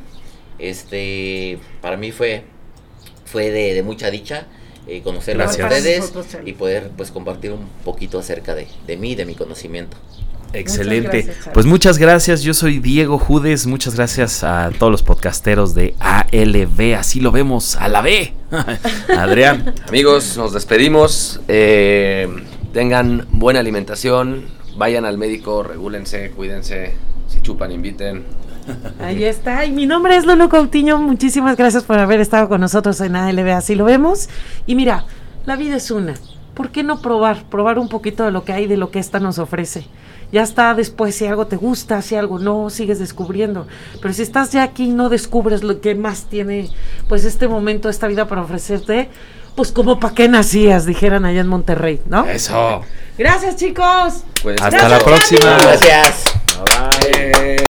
Este, para mí fue, fue de, de mucha dicha eh, conocerlos a ustedes y poder pues compartir un poquito acerca de, de mí, de mi conocimiento. Excelente. Muchas gracias, pues muchas gracias. Yo soy Diego Judes. Muchas gracias a todos los podcasteros de A L V. Así lo vemos a la B. Adrián. Amigos, nos despedimos. Eh, tengan buena alimentación. Vayan al médico, regúlense, cuídense. Si chupan, inviten. Ahí está. Y mi nombre es Lulu Coutinho. Muchísimas gracias por haber estado con nosotros en A L V. Así lo vemos. Y mira, la vida es una. ¿Por qué no probar? Probar un poquito de lo que hay, de lo que esta nos ofrece. Ya está después, si algo te gusta, si algo no, sigues descubriendo. Pero si estás ya aquí y no descubres lo que más tiene, pues este momento, esta vida para ofrecerte, pues como para qué nacías, dijeran allá en Monterrey, ¿no? Eso. Gracias, chicos. Pues hasta gracias, la próxima. Gracias. Bye bye.